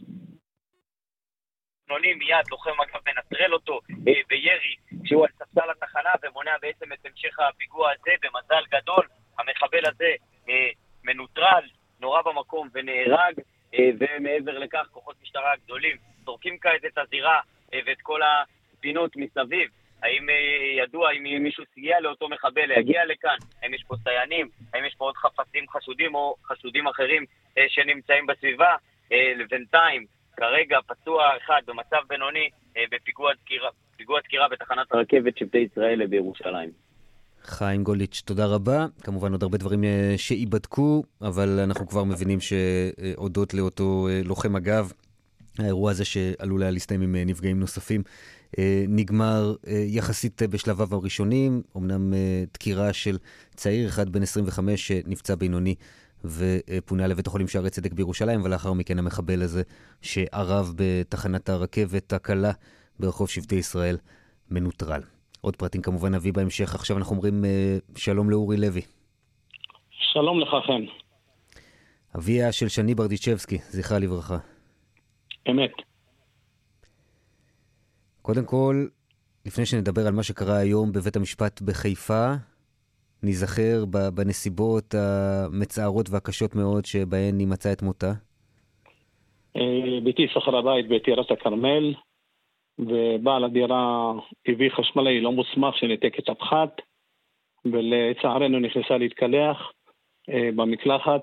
בינוני מיד לוחם מג"ב מנטרל אותו בירי כשהוא על ספסל התחנה ומונע בעצם את המשך הפיגוע הזה. במזל גדול המחבל הזה מנוטרל, נורא במקום ונהרג, ומעבר לכך כוחות משטרה גדולים זורקים כעת את הזירה ואת כל הפינות מסביב. האם ידוע אם מישהו סייע לאותו מחבל להגיע לכאן? האם יש פה סיינים? האם יש פה עוד חפצים חשודים או חשודים אחרים שנמצאים בסביבה? לבינתיים, כרגע פצוע אחד במצב בינוני בפיגוע דקירה בתחנת הרכבת שבטי ישראל בירושלים. חיים גולדיץ', תודה רבה. כמובן עוד הרבה דברים שיבדקו, אבל אנחנו כבר מבינים שהודות לאותו לוחם מג"ב, האירוע הזה שעלול היה להסתיים עם נפגעים נוספים, נגמר יחסית בשלביו הראשונים. אמנם דקירה של צעיר אחד בן 25 שנפצע בינוני ופונה לבית החולים שערי צדק בירושלים, ולאחר מכן המחבל הזה שערב בתחנת הרכבת הקלה ברחוב שבטי ישראל מנוטרל. עוד פרטים כמובן נביא בהמשך. עכשיו אנחנו אומרים שלום לאורי לוי. שלום לך חן. אביה של שני ברדיצ'בסקי, זכרה לברכה. אמת. קודם כל, לפני שנדבר על מה שקרה היום בבית המשפט בחיפה, נזכר בנסיבות המצערות והקשות מאוד שבהן היא מצאה את מותה. ביתי שכרה בית בטירת הכרמל, ובעל הדירה הביא חשמלי לא מוסמך שניתק את הפחת, ולצערנו נכנסה להתקלח במקלחת,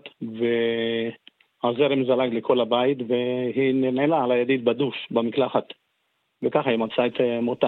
והזרם זלג לכל הבית, והיא ננעלה על הידית בדוש במקלחת, וככה היא מצאה את מותה.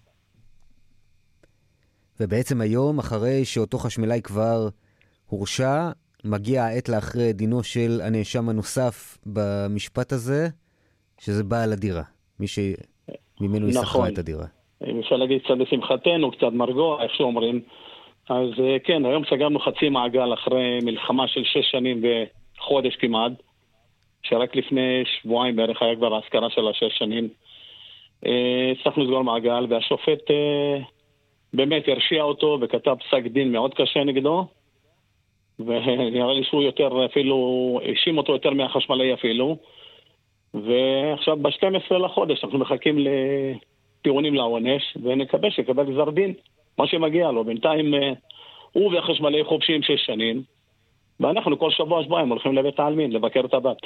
ובעצם היום, אחרי שאותו חשמלאי כבר הורשע, מגיע העת לאחרי דינו של הנאשם הנוסף במשפט הזה, שזה בעל הדירה, מי שממנו היא שכרה את הדירה. אפשר להגיד קצת בשמחתנו, קצת מרגוע, איך שאומרים. אז כן, היום סגרנו חצי מעגל אחרי מלחמה של 6 שנים וחודש כמעט, שרק לפני שבועיים בערך היה כבר ההזכרה של 6 שנים. הצלחנו לסגור מעגל, והשופט באמת הרשיע אותו וכתב פסק דין מאוד קשה נגדו, ונראה לי שהוא יותר אפילו, האשים אותו יותר מהחשמלי אפילו, ועכשיו ב-12 לחודש אנחנו מחכים לטיעונים לעונש, ונקבל שיקבל גזר דין, מה שמגיע לו. בינתיים הוא והחשמלי חופשיים 6 שנים, ואנחנו כל שבוע-שבועיים הולכים לבית העלמין לבקר את הבת.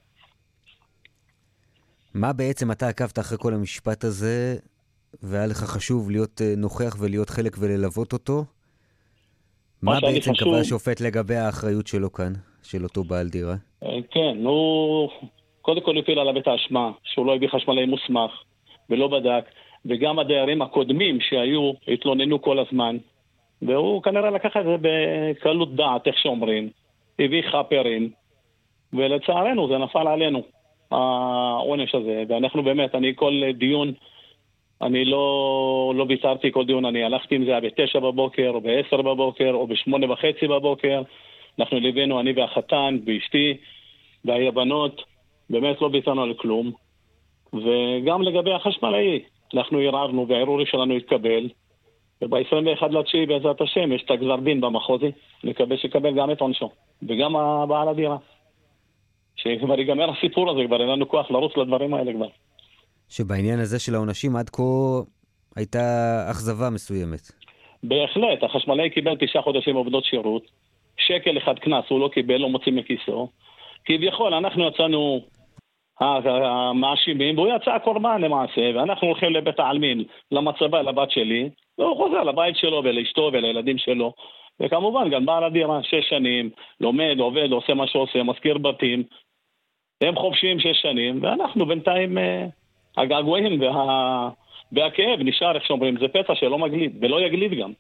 מה בעצם אתה עקבת אחרי כל המשפט הזה, והיה לך חשוב להיות נוכח ולהיות חלק וללוות אותו? מה בעצם קבע השופט לגבי האחריות שלו כאן, של אותו בעל דירה? כן, הוא קודם כל הפיל עליו את האשמה, שהוא לא הביא חשמלי מוסמך ולא בדק, וגם הדיירים הקודמים שהיו התלוננו כל הזמן, והוא כנראה לקח את זה בקלות דעת, איך שאומרים, הביא חפרים, ולצערנו זה נפל עלינו, העונש הזה, ואנחנו באמת, אני כל דיון, אני לא ביצרתי כל דיון, אני הלכתי עם זה ב-9 בבוקר, או ב-10 בבוקר, או ב-8:30 בבוקר, אנחנו ליווינו, אני והחתן, ואשתי, והבנות, באמת לא ביצרנו על כלום, וגם לגבי החשמלאי, אנחנו ערערנו, והערעור שלנו התקבל, וב-21/9 בעזרת השם יש את הגזר דין במחוזי, נקווה שקבל גם את עונשו, וגם הבעל הדירה. שכבר ייגמר הסיפור הזה, כבר אין לנו כוח לרוץ לדברים האלה כבר. שבעניין הזה של העונשים עד כה הייתה אכזבה מסוימת. בהחלט, החשמלאי קיבל 9 חודשים עבודות שירות, שקל אחד קנס הוא לא קיבל, לא מוציא מכיסו, כביכול אנחנו יצאנו המאשימים, והוא יצא קורבן למעשה, ואנחנו הולכים לבית העלמין, למצבה, לבת שלי, והוא חוזר לבית שלו ולאשתו ולילדים שלו, וכמובן גם בעל הדירה 6 שנים, לומד, עובד, עושה מה שעושה, מזכיר בתים, הם חופשיים 6 שנים, ואנחנו בינתיים הגעגועים והכאב נשאר, איך שאומרים, זה פצע שלא מגליד, ולא יגליד גם.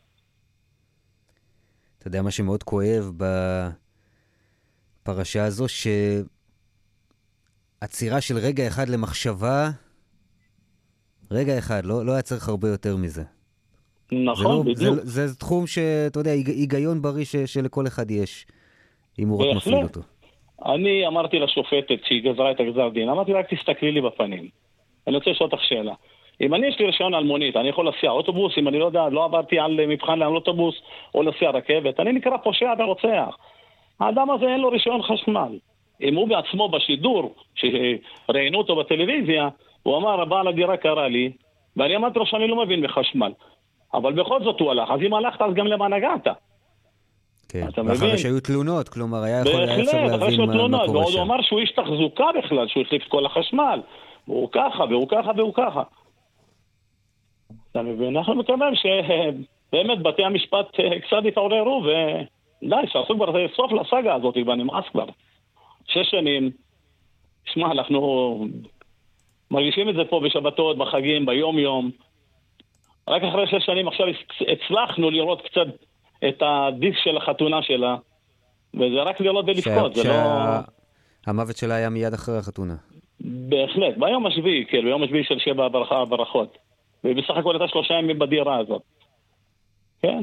אתה יודע מה שמאוד כואב בפרשה הזו, שעצירה של רגע אחד למחשבה, רגע אחד, לא היה צריך הרבה יותר מזה. נכון, בדיוק. זה תחום שאתה יודע, היגיון בריא שלכל אחד יש, אם הוא רק מפעיל אותו. אני אמרתי לשופטת שהיא גזרה את הגזר דין, אמרתי רק תסתכלי לי בפנים. אני רוצה לשאול אותך שאלה. אם אני יש לי רישיון על מונית, אני יכול להסיע אוטובוס, אם אני לא יודע, לא עברתי על מבחן על אוטובוס או להסיע רכבת, אני נקרא פושע ורוצח. האדם הזה אין לו רישיון חשמל. אם הוא בעצמו בשידור, שראיינו אותו בטלוויזיה, הוא אמר, הבעל הדירה קרא לי, ואני אמרתי לו שאני לא מבין בחשמל. אבל בכל זאת הוא הלך, אז אם הלכת אז גם למה נגעת? כן, ואחרי שהיו תלונות, כלומר היה יכול להבין מה קורה שם. ועוד הוא אמר שהוא איש תחזוקה בכלל, שהוא החליף את כל החשמל, והוא ככה, והוא ככה, והוא ככה. אנחנו מקווים שבאמת בתי המשפט קצת התעוררו, ודי, שעשו כבר סוף לסגה הזאת, ונמאס כבר. 6 שנים, שמע, אנחנו מרגישים את זה פה בשבתות, בחגים, ביום יום. רק אחרי 6 שנים עכשיו הצלחנו לראות קצת את הדיס של החתונה שלה, וזה רק לראות ולפקוד, זה לא... המוות שלה היה מיד אחרי החתונה. בהחלט, ביום השביעי, כאילו, ביום השביעי של 7 הברכות. ובסך הכל הייתה 3 ימים בדירה הזאת. כן.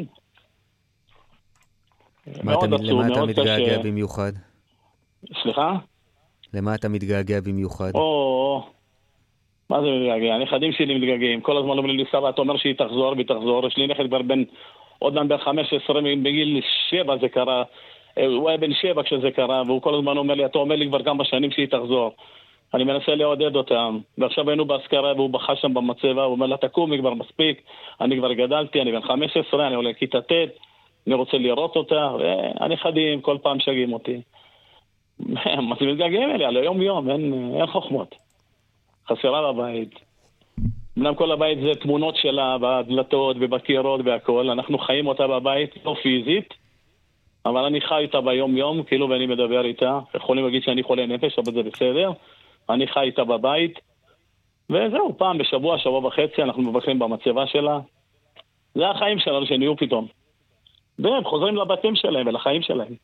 למה אתה מתגעגע במיוחד? סליחה? למה אתה מתגעגע במיוחד? מה זה מתגעגע? הנכדים שלי מתגעגעים. כל הזמן אומרים לי, סבא, אתה אומר שהיא תחזור ותחזור. יש לי נכד כבר עוד בן 15, בגיל 7 זה קרה. הוא היה בן 7 כשזה קרה, והוא כל הזמן אומר לי, אתה אומר לי כבר כמה שנים שהיא תחזור. אני מנסה לעודד אותם, ועכשיו היינו בהשכרה והוא בחה שם במצבה, הוא אומר לה, תקומי כבר מספיק, אני כבר גדלתי, אני בן 15, אני עולה כיתה ט', אני רוצה לראות אותה, והנכדים כל פעם שגעים אותי. הם מתגעגעים אליה, ליום יום, אין חוכמות. חסרה בבית. אמנם כל הבית זה תמונות שלה, בדלתות ובקירות והכל, אנחנו חיים אותה בבית, לא פיזית, אבל אני חי איתה ביום יום, כאילו ואני מדבר איתה, יכולים להגיד שאני חולה נפש, אבל זה בסדר. אני חי איתה בבית, וזהו, פעם בשבוע, שבוע וחצי, אנחנו מבקרים במצבה שלה. זה החיים שלנו שנהיו פתאום. והם חוזרים לבתים שלהם ולחיים שלהם.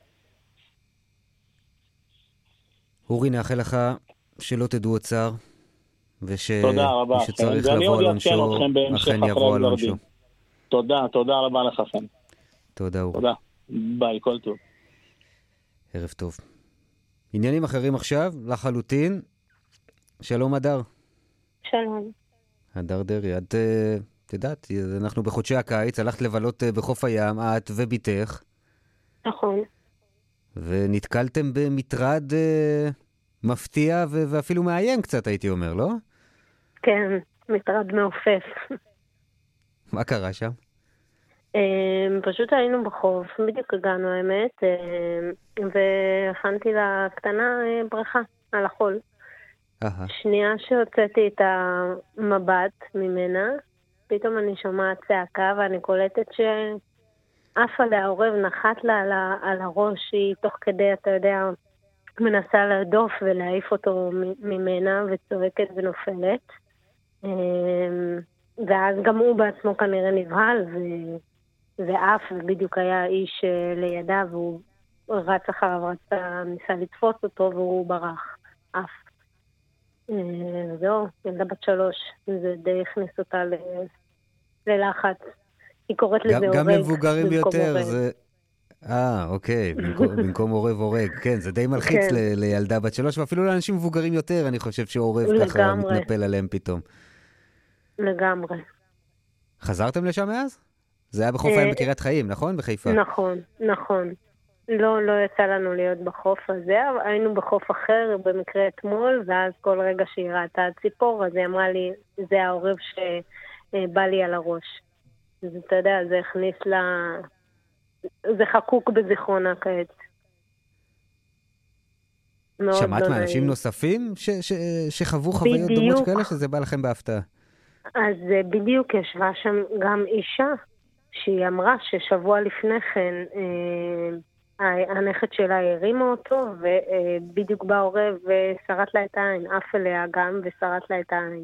אורי, נאחל לך שלא תדעו עוד צער, תודה רבה. ומי שצריך לבוא על עונשו, אכן יבוא על עונשו. תודה רבה לך, חן. תודה, אורי. תודה. ביי, כל טוב. ערב טוב. עניינים אחרים עכשיו, לחלוטין. שלום, הדר. שלום. הדר דרי, את יודעת, אנחנו בחודשי הקיץ, הלכת לבלות בחוף הים, את וביתך. נכון. ונתקלתם במטרד מפתיע ואפילו מאיים קצת, הייתי אומר, לא? כן, מטרד מעופף. מה קרה שם? פשוט היינו בחוף, בדיוק הגענו האמת, והכנתי לקטנה ברכה על החול. שנייה שהוצאתי את המבט ממנה, פתאום אני שומעת צעקה ואני קולטת שאף עליה העורב נחת לה על הראש, היא תוך כדי, אתה יודע, מנסה להדוף ולהעיף אותו ממנה וצועקת ונופלת. ואז גם הוא בעצמו כנראה נבהל ואף, ובדיוק היה איש לידה, והוא רץ אחריו, ניסה לתפוס אותו, והוא ברח, אף. זהו, ילדה בת 3, זה די הכניס אותה ללחץ. היא קוראת לזה הורג. גם למבוגרים יותר, זה... אוקיי, במקום עורב הורג. כן, זה די מלחיץ לילדה בת 3, ואפילו לאנשים מבוגרים יותר, אני חושב שעורב ככה מתנפל עליהם פתאום. לגמרי. חזרתם לשם מאז? זה היה בחוף הים בקריית חיים, נכון? בחיפה. נכון. לא יצא לנו להיות בחוף הזה, אבל היינו בחוף אחר במקרה אתמול, ואז כל רגע שהיא ראתה ציפור, אז היא אמרה לי, זה העורב שבא לי על הראש. אז אתה יודע, זה הכניס לה... זה חקוק בזיכרונה כעת. שמעת מאנשים נוספים שחוו חוויות דומות כאלה, שזה בא לכם בהפתעה? אז בדיוק ישבה שם גם אישה, שהיא אמרה ששבוע לפני כן הנכד שלה הרימה אותו, ובדיוק בא עורב ושרת לה את העין, אף אליה גם ושרת לה את העין.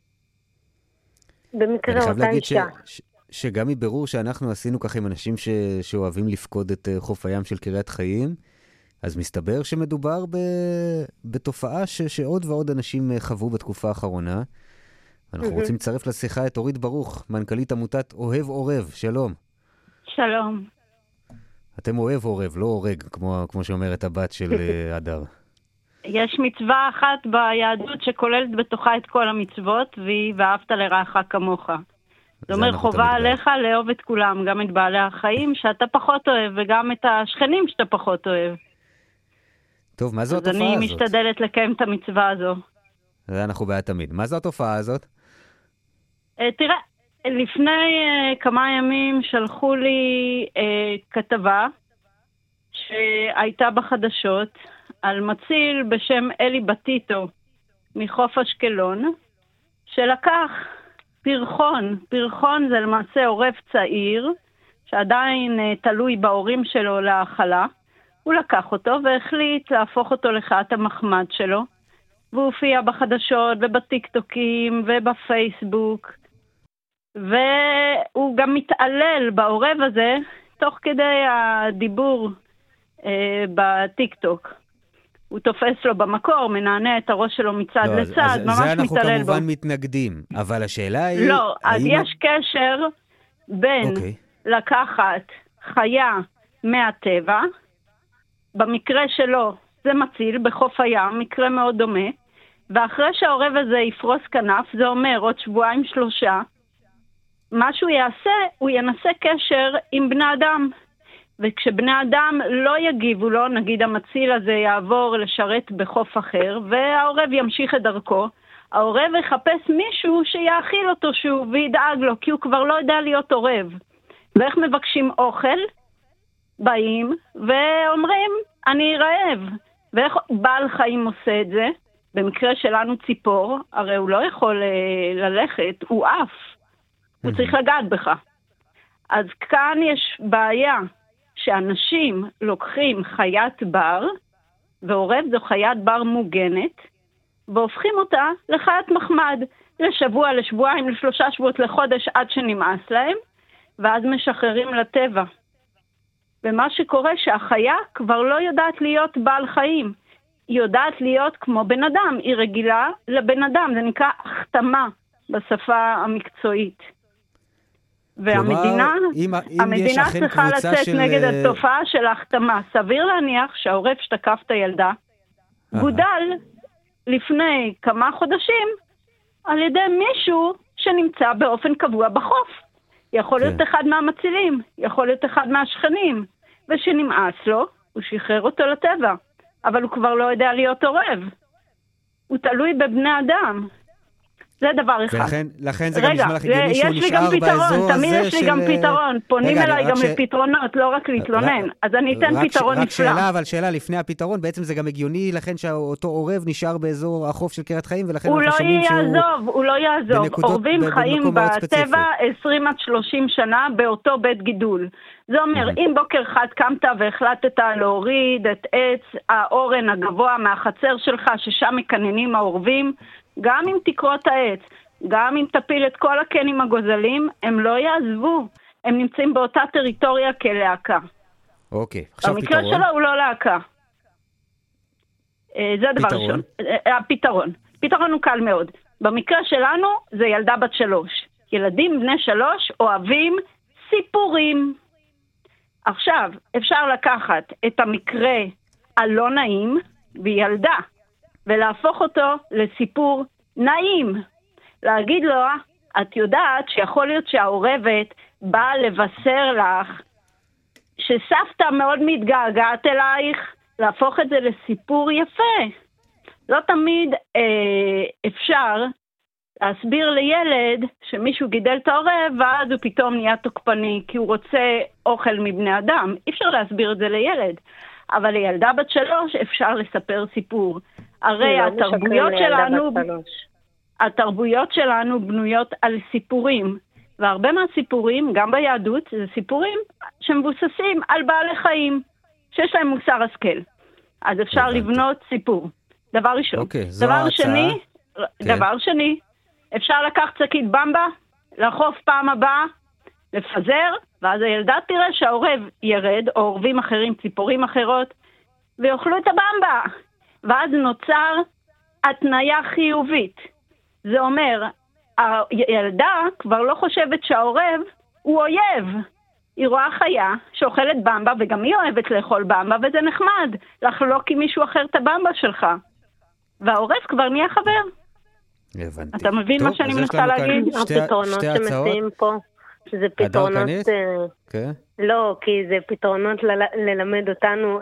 במקרה אותה אישה. שגם מבירור שאנחנו עשינו כך עם אנשים שאוהבים לפקוד את חוף הים של קריית חיים, אז מסתבר שמדובר בתופעה שעוד ועוד אנשים חוו בתקופה האחרונה. אנחנו רוצים לצרף לשיחה את אורית ברוך, מנכ"לית עמותת אוהב עורב. שלום. שלום. אתם אוהב עורב, לא הורג, כמו שאומרת הבת של אדר. יש מצווה אחת ביהדות שכוללת בתוכה את כל המצוות, והיא ואהבת לרעך כמוך. זאת אומרת, חובה עליך לאהוב את כולם, גם את בעלי החיים שאתה פחות אוהב, וגם את השכנים שאתה פחות אוהב. טוב, מה זו התופעה הזאת? אז אני משתדלת לקיים את המצווה הזו. זה אנחנו בעד תמיד. מה זו התופעה הזאת? תראה, לפני כמה ימים שלחו לי כתבה שהייתה בחדשות על מציל בשם אלי בטיטו מחוף אשקלון, שלקח פרחון זה למעשה עורב צעיר, שעדיין תלוי בהורים שלו להאכלה. הוא לקח אותו והחליט להפוך אותו לחיית המחמד שלו, והוא הופיע בחדשות ובטיקטוקים ובפייסבוק, והוא גם מתעלל בעורב הזה תוך כדי הדיבור בטיקטוק. הוא תופס לו במקור, מנענע את הראש שלו מצד לצד, ממש מתעלל בו. זה אנחנו כמובן מתנגדים, אבל השאלה היא... לא, אז יש קשר בין לקחת חיה מהטבע, במקרה שלו זה מציל בחוף הים, מקרה מאוד דומה, ואחרי שהעורב הזה יפרוס כנף, זה אומר עוד 2-3 שבועות, מה שהוא יעשה, הוא ינסה קשר עם בני אדם. וכשבני אדם לא יגיבו לו, נגיד המציל הזה יעבור לשרת בחוף אחר, והעורב ימשיך את דרכו, העורב יחפש מישהו שיאכיל אותו שוב וידאג לו, כי הוא כבר לא יודע להיות עורב. ואיך מבקשים אוכל? באים ואומרים, אני רעב. ואיך בעל חיים עושה את זה? במקרה שלנו ציפור, הרי הוא לא יכול ללכת, הוא עף. הוא צריך לגעת בך. אז כאן יש בעיה. שאנשים לוקחים חיית בר, ועורב זו חיית בר מוגנת, והופכים אותה לחיית מחמד, לשבוע, לשבועיים, ל3 שבועות, לחודש, עד שנמאס להם, ואז משחררים לטבע. ומה שקורה שהחיה כבר לא יודעת להיות בעל חיים, היא יודעת להיות כמו בן אדם, היא רגילה לבן אדם, זה נקרא החתמה בשפה המקצועית. והמדינה צריכה לצאת נגד התופעה של ההחתמה. סביר להניח שהעורב שתקף את הילדה גודל לפני כמה חודשים על ידי מישהו שנמצא באופן קבוע בחוף. יכול להיות אחד מהמצילים, יכול להיות אחד מהשכנים, ושנמאס לו, הוא שחרר אותו לטבע. אבל הוא כבר לא יודע להיות עורב. הוא תלוי בבני אדם. זה דבר אחד. ולכן זה גם נשמע לך הגיוני שהוא נשאר באזור הזה של... תמיד יש לי גם פתרון. פונים אליי גם לפתרונות, לא רק להתלונן. אז אני אתן פתרון נפלא. רק שאלה לפני הפתרון, בעצם זה גם הגיוני לכן שאותו עורב נשאר באזור החוף של קריית חיים, ולכן אנחנו שומעים שהוא... הוא לא יעזוב. עורבים חיים בטבע 20 עד 30 שנה באותו בית גידול. זה אומר, אם בוקר אחד קמת והחלטת להוריד את עץ האורן הגבוה מהחצר שלך, ששם מקננים העורבים, גם אם תקרות העץ, גם אם תפיל את כל הקנים הגוזלים, הם לא יעזבו. הם נמצאים באותה טריטוריה כלהקה. אוקיי, עכשיו במקרה פתרון. שלו הוא לא להקה. זה דבר ראשון. הפתרון הוא קל מאוד. במקרה שלנו זה ילדה בת 3. ילדים בני 3 אוהבים סיפורים. עכשיו, אפשר לקחת את המקרה הלא נעים וילדה, ולהפוך אותו לסיפור נעים. להגיד לו, את יודעת שיכול להיות שהעורבת באה לבשר לך שסבתא מאוד מתגעגעת אלייך, להפוך את זה לסיפור יפה. לא תמיד אפשר להסביר לילד שמישהו גידל את העורב, ואז הוא פתאום נהיה תוקפני, כי הוא רוצה אוכל מבני אדם. אי אפשר להסביר את זה לילד. אבל לילדה בת 3 אפשר לספר סיפור. הרי התרבויות שלנו בנויות על סיפורים. והרבה מהסיפורים, גם ביהדות, זה סיפורים שמבוססים על בעלי חיים, שיש להם מוסר השכל. אז אפשר לבנות סיפור. דבר ראשון. דבר שני, אפשר לקחת שקית במבה, לחוף פעם הבאה, לפזר, ואז הילדה תראה שהעורב ירד, או עורבים אחרים, ציפורים אחרות, ויאכלו את הבמבה. ואז נוצר התניה חיובית. זה אומר, הילדה כבר לא חושבת שהעורב הוא אויב. היא רואה חיה שאוכלת במבה, וגם היא אוהבת לאכול במבה, וזה נחמד לחלוק עם מישהו אחר את הבמבה שלך. והעורב כבר נהיה חבר. הבנתי. אתה מבין מה שאני מנסה להגיד? הפתרונות שמציעים פה, שזה פתרונות... לא, כי זה פתרונות ללמד אותנו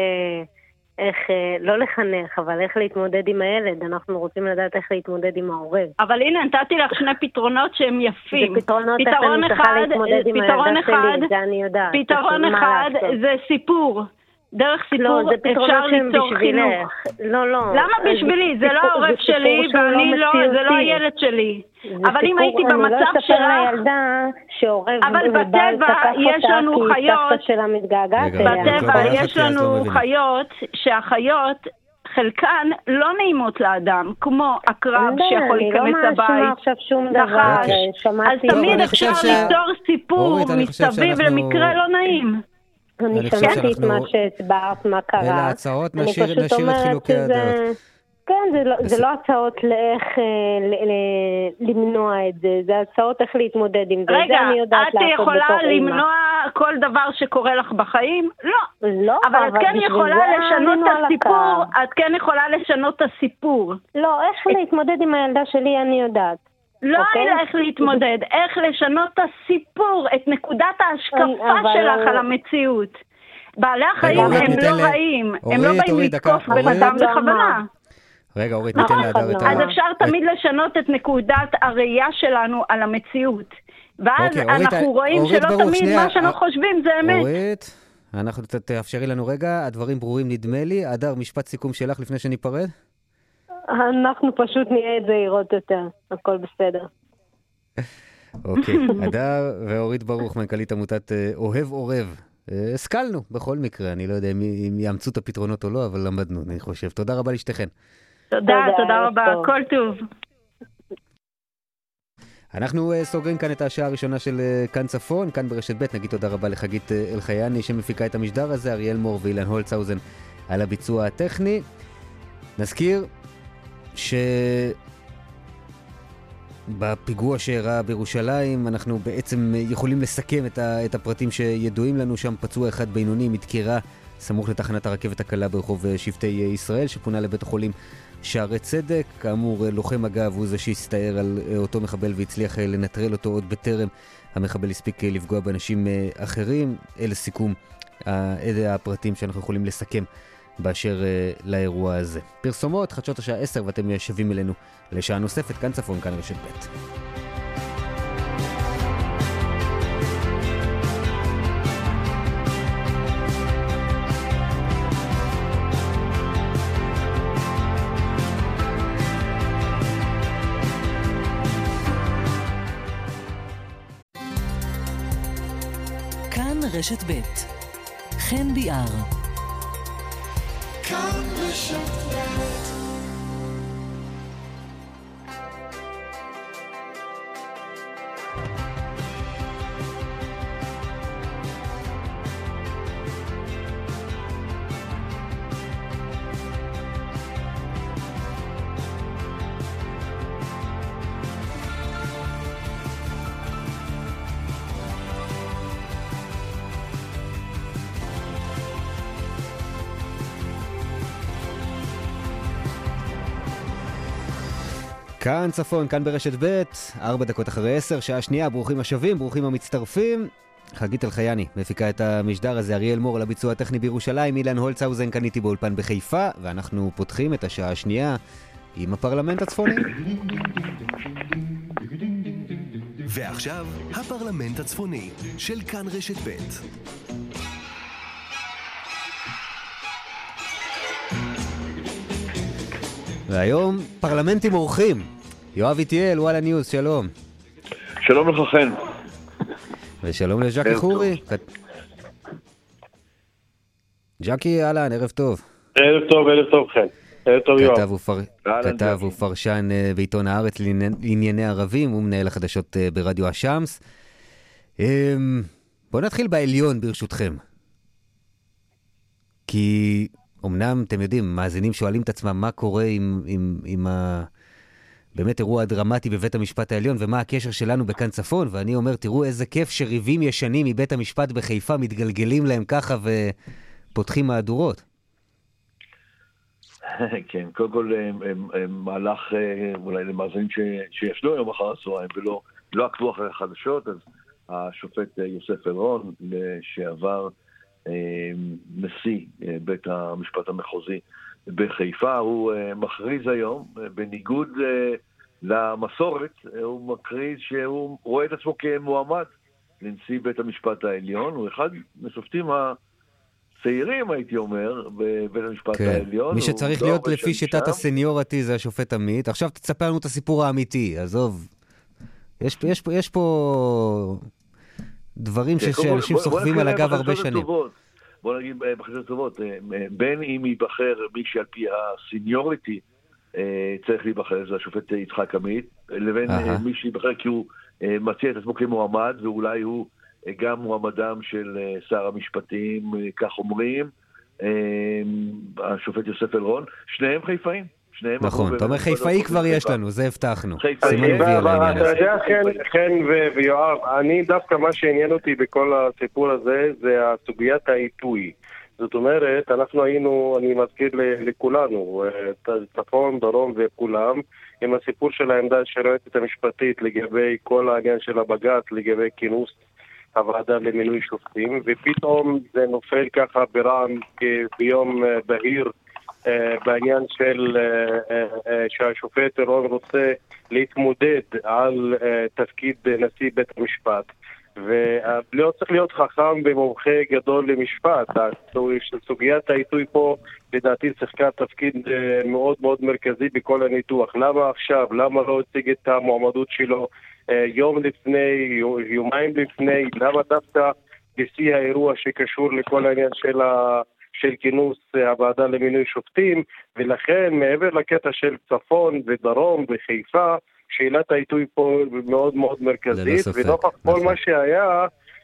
איך לא לחנך, אבל איך להתמודד עם הילד. אנחנו רוצים לדעת איך להתמודד עם העורב. אבל הנה, נתתי לך 2 פתרונות שהם יפים. זה פתרונות איך אני צריכה להתמודד עם הילדה שלי, זה אני יודעת. פתרון אחד זה סיפור. דרך סיפור אפשר ליצור חינוך. לא. למה בשבילי? זה לא העורב שלי, זה לא הילד שלי. אבל אם הייתי במצב שלה... אבל בטבע יש לנו חיות... בטבע יש לנו חיות שהחיות... חלקן לא נעימות לאדם, כמו הקרב שיכול להיכנס הבית, נחש. אז תמיד אפשר ליצור סיפור מסביב למקרה לא נעים. אני שמעתי את מה שהסברת, מה קרה. אלה הצעות, נשאיר את חילוקי הדעות. כן, זה לא הצעות לאיך למנוע את זה, זה הצעות איך להתמודד עם זה. רגע, את יכולה למנוע כל דבר שקורה לך בחיים? לא. אבל את כן יכולה לשנות את הסיפור, את כן יכולה לשנות את הסיפור. לא, איך להתמודד עם הילדה שלי אני יודעת. לא איך להתמודד, איך לשנות את הסיפור, את נקודת ההשקפה שלך על המציאות. בעלי החיים הם לא רעים, הם לא באים לתקוף בן אדם בכוונה. רגע, אורית, ניתן להדר את ה... אז אפשר תמיד לשנות את נקודת הראייה שלנו על המציאות. ואז אנחנו רואים שלא תמיד מה שאנחנו חושבים זה אמת. אורית, אנחנו תאפשרי לנו רגע, הדברים ברורים נדמה לי. הדר, משפט סיכום שלך לפני שניפרד? אנחנו פשוט נהיה זהירות יותר, הכל בסדר. אוקיי, הדר ואורית ברוך, מנכ"לית עמותת אוהב עורב. השכלנו בכל מקרה, אני לא יודע אם יאמצו את הפתרונות או לא, אבל למדנו, אני חושב. תודה רבה לשתיכן. תודה רבה, כל טוב. אנחנו סוגרים כאן את השעה הראשונה של כאן צפון, כאן ברשת ב'. נגיד תודה רבה לחגית אלחייני שמפיקה את המשדר הזה, אריאל מור ואילן הולצהאוזן על הביצוע הטכני. נזכיר שבפיגוע שאירע בירושלים אנחנו בעצם יכולים לסכם את הפרטים שידועים לנו. שם פצוע אחד בינוני מדקירה סמוך לתחנת הרכבת הקלה ברחוב שבטי ישראל, שפונה לבית החולים שערי צדק. כאמור, לוחם מג"ב הוא זה שהסתער על אותו מחבל והצליח לנטרל אותו עוד בטרם המחבל הספיק לפגוע באנשים אחרים. אלה סיכום, אלה הפרטים שאנחנו יכולים לסכם באשר לאירוע הזה. פרסומות, חדשות השעה 10, ואתם שבים אלינו לשעה נוספת. כאן צפון, כאן רשת ב'. כאן רשת ב'. חן ביאר. כאן רשת ב'. כאן צפון, כאן ברשת ב', 4 דקות אחרי 10, שעה שנייה, ברוכים השבים, ברוכים המצטרפים. חגית אלחייני מפיקה את המשדר הזה, אריאל מור על הביצוע הטכני בירושלים, אילן הולצהאוזן כאן איתי באולפן בחיפה, ואנחנו פותחים את השעה השנייה עם הפרלמנט הצפוני. ועכשיו, הפרלמנט הצפוני של כאן רשת ב'. והיום פרלמנטים אורחים. יואב איטיאל, וואלה ניוז, שלום. שלום לך חן. ושלום לז'קי חורי. ז'קי, אהלן, ערב טוב. ערב טוב חן. ערב טוב יואב. כתב ופרשן בעיתון הארץ לענייני ערבים, הוא מנהל החדשות ברדיו השמס. בואו נתחיל בעליון ברשותכם. כי אמנם, אתם יודעים, מאזינים שואלים את עצמם מה קורה עם באמת אירוע דרמטי בבית המשפט העליון, ומה הקשר שלנו בכאן צפון, ואני אומר, תראו איזה כיף שריבים ישנים מבית המשפט בחיפה מתגלגלים להם ככה ופותחים מהדורות. כן, קודם כל מהלך אולי למאזינים שישנו יום אחר הצהריים ולא עקבו אחרי החדשות, אז השופט יוסף אלרון, שעבר נשיא בית המשפט המחוזי בחיפה, הוא מכריז היום, בניגוד למסורת, הוא מכריז שהוא רואה את עצמו כמועמד לנשיא בית המשפט העליון, הוא אחד משופטים הצעירים, הייתי אומר, בבית המשפט העליון. מי שצריך להיות לפי שיטת הסניורטי זה השופט עמית. עכשיו תצפה לנו את הסיפור האמיתי, עזוב. יש פה דברים שאנשים סוחבים על הגב הרבה שנים. בוא נגיד בחדשות טובות, בין אם ייבחר מי שעל פי הסניוריטי צריך להיבחר, זה השופט יצחק עמית, לבין מי שיבחר כי הוא מציע את עצמו כמועמד, ואולי הוא גם מועמדם של שר המשפטים, כך אומרים, השופט יוסף אלרון, שניהם חיפאים. נכון, אתה אומר חיפאי כבר יש לנו, זה הבטחנו. אתה יודע, חן ויואב, אני דווקא מה שעניין אותי בכל הסיפור הזה, זה סוגיית העיתוי. זאת אומרת, אנחנו היינו, אני מזכיר לכולנו, צפון, דרום וכולם, עם הסיפור של העמדה של היועצת המשפטית לגבי כל העניין של הבג"ץ, לגבי כינוס הוועדה למינוי שופטים, ופתאום זה נופל ככה ברעם ביום בהיר, בעניין של שהשופט אלרון רוצה להתמודד על תפקיד נשיא בית המשפט, ולא צריך להיות חכם ומומחה גדול למשפט. סוגיית העיתוי פה לדעתי שיחקה תפקיד מאוד מאוד מרכזי בכל הניתוח. למה עכשיו? למה לא הציג את המועמדות שלו יום לפני, יומיים לפני? למה דווקא בשיא האירוע שקשור לכל העניין של כינוס הוועדה למינוי שופטים? ולכן מעבר לקטע של צפון ודרום וחיפה, שאלת העיתוי פה מאוד מאוד מרכזית, ונוכח כל מה שהיה,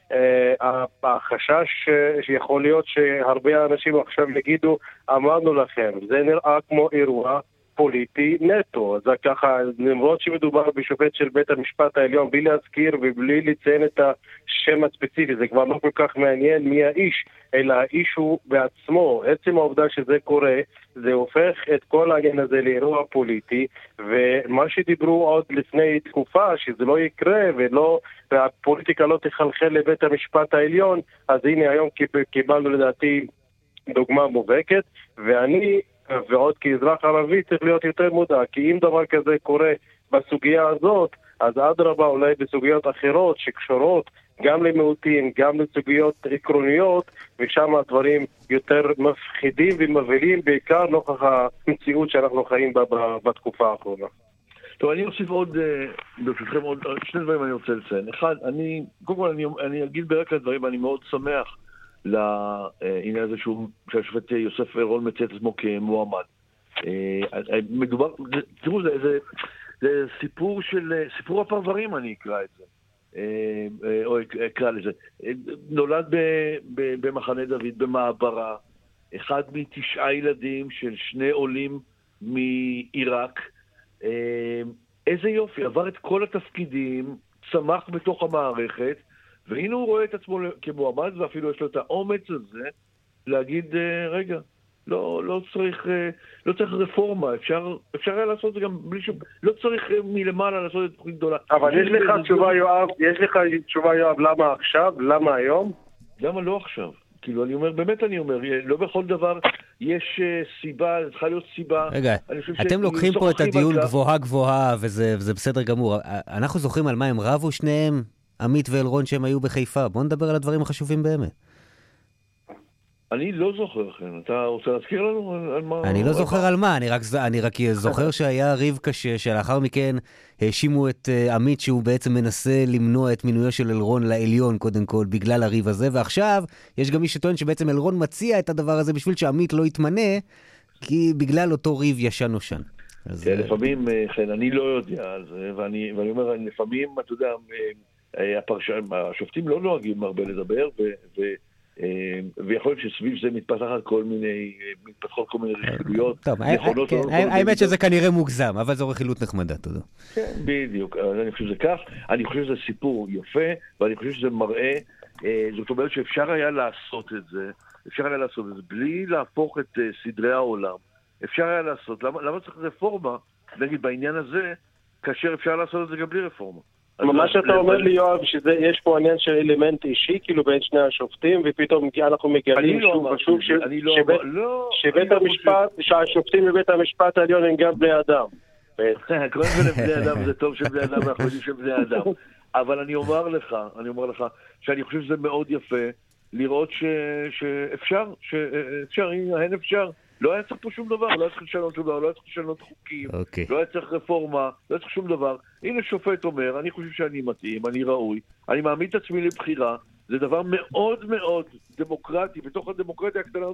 החשש שיכול להיות שהרבה אנשים עכשיו יגידו, אמרנו לכם, זה נראה כמו אירוע פוליטי נטו. אז ככה, למרות שמדובר בשופט של בית המשפט העליון, בלי להזכיר ובלי לציין את השם הספציפי, זה כבר לא כל כך מעניין מי האיש, אלא האיש הוא בעצמו. עצם העובדה שזה קורה, זה הופך את כל העניין הזה לאירוע פוליטי, ומה שדיברו עוד לפני תקופה, שזה לא יקרה והפוליטיקה לא תחלחל לבית המשפט העליון, אז הנה היום קיבלנו לדעתי דוגמה מובהקת, ואני ועוד כאזרח ערבי צריך להיות יותר מודע, כי אם דבר כזה קורה בסוגיה הזאת, אז אדרבה אולי בסוגיות אחרות שקשורות גם למיעוטים, גם לסוגיות עקרוניות, ושם הדברים יותר מפחידים ומבהילים, בעיקר נוכח המציאות שאנחנו חיים בה בתקופה האחרונה. טוב, אני אוסיף עוד, ברשותכם עוד שני דברים אני רוצה לציין. אחד, קודם כל אני אגיד ברקע הדברים, אני מאוד שמח לעניין הזה שהשופט יוסף אלרון מציע את עצמו כמועמד. מדובר, תראו, זה סיפור הפרברים, אני אקרא את זה. או אקרא לזה. נולד במחנה דוד במעברה, אחד מ9 ילדים של 2 עולים מעיראק. איזה יופי, עבר את כל התפקידים, צמח בתוך המערכת, והנה הוא רואה את עצמו כמועמד, ואפילו יש לו את האומץ הזה להגיד, רגע, לא צריך רפורמה, אפשר היה לעשות את זה גם בלי שום, לא צריך מלמעלה לעשות את תוכנית גדולה. אבל יש לך תשובה יואב, למה עכשיו, למה היום? למה לא עכשיו? כאילו, אני אומר, לא בכל דבר יש סיבה, צריכה להיות סיבה. רגע, אתם לוקחים פה את הדיון גבוהה, וזה בסדר גמור. אנחנו זוכרים על מה הם רבו שניהם, עמית ואלרון, שהם היו בחיפה. בואו נדבר על הדברים החשובים באמת. אני לא זוכר, כן. אתה רוצה להזכיר לנו על מה? אני לא זוכר על מה, אני רק זוכר שהיה ריב קשה, שלאחר מכן האשימו את עמית שהוא בעצם מנסה למנוע את מינויו של אלרון לעליון קודם כל, בגלל הריב הזה, ועכשיו יש גם מי שטוען שבעצם אלרון מציע את הדבר הזה בשביל שעמית לא יתמנה, כי בגלל אותו ריב ישן נושן. כן, לפעמים, כן, אני לא יודע על זה, ואני אומר, לפעמים, אתה יודע, השופטים לא נוהגים הרבה לדבר, ויכול להיות שסביב זה מתפתחות כל מיני רכילויות. טוב, האמת שזה כנראה מוגזם, אבל זו רכילות נחמדה, תודה. כן, בדיוק, אני חושב שזה כך, אני חושב שזה סיפור יפה, ואני חושב שזה מראה, זאת אומרת שאפשר היה לעשות את זה, בלי להפוך את סדרי העולם, אפשר היה לעשות, למה צריך רפורמה, נגיד בעניין הזה, כאשר אפשר לעשות את זה גם בלי רפורמה. מה שאתה אומר לי יואב, שיש פה עניין של אלמנט אישי, כאילו בין שני השופטים, ופתאום אנחנו מגלים שוב ושוב שבית המשפט, שהשופטים בבית המשפט העליון הם גם בני אדם. קודם כל בני אדם זה טוב שבני אדם, אנחנו יודעים שבני אדם. אבל אני אומר לך שאני חושב שזה מאוד יפה לראות שאפשר, אין אפשר. לא היה צריך פה שום דבר, לא היה צריך לשנות שום דבר, לא היה צריך לשנות חוקים, לא היה צריך רפורמה, לא היה צריך שום דבר. הנה שופט אומר, אני חושב שאני מתאים, אני ראוי, אני מעמיד את עצמי לבחירה, זה דבר מאוד מאוד דמוקרטי, בתוך הדמוקרטיה הקטנה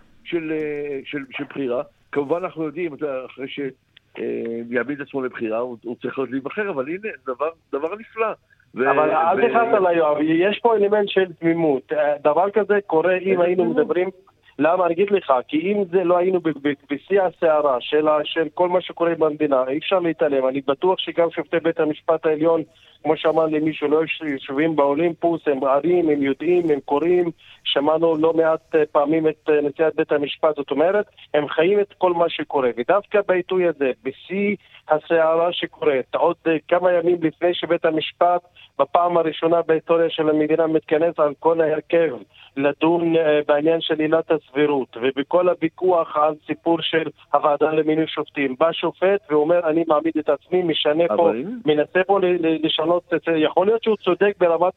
של בחירה. כמובן אנחנו יודעים, אחרי שיעמיד את עצמו לבחירה, הוא צריך להיות להיבחר, אבל הנה, דבר נפלא. אבל אל תחת עליי, יואב, יש פה אלמנט של תמימות. דבר כזה קורה אם היינו מדברים... למה? אני אגיד לך, כי אם זה לא היינו בשיא הסערה של כל מה שקורה במדינה, אי אפשר להתעלם. אני בטוח שגם שופטי בית המשפט העליון, כמו שאמר לי מישהו, לא יושבים באולימפוס, הם ערים, הם יודעים, הם קוראים, שמענו לא מעט פעמים את נשיאת בית המשפט, זאת אומרת, הם חיים את כל מה שקורה, ודווקא בעיתוי הזה, בשיא הסערה שקורית, עוד כמה ימים לפני שבית המשפט, בפעם הראשונה בהיסטוריה של המדינה, מתכנס על כל ההרכב, לדון בעניין של עילת הסבירות, ובכל הוויכוח על סיפור של הוועדה למינוי שופטים, בא שופט ואומר, אני מעמיד את עצמי, משנה פה, מנסה פה לשנות, יכול להיות שהוא צודק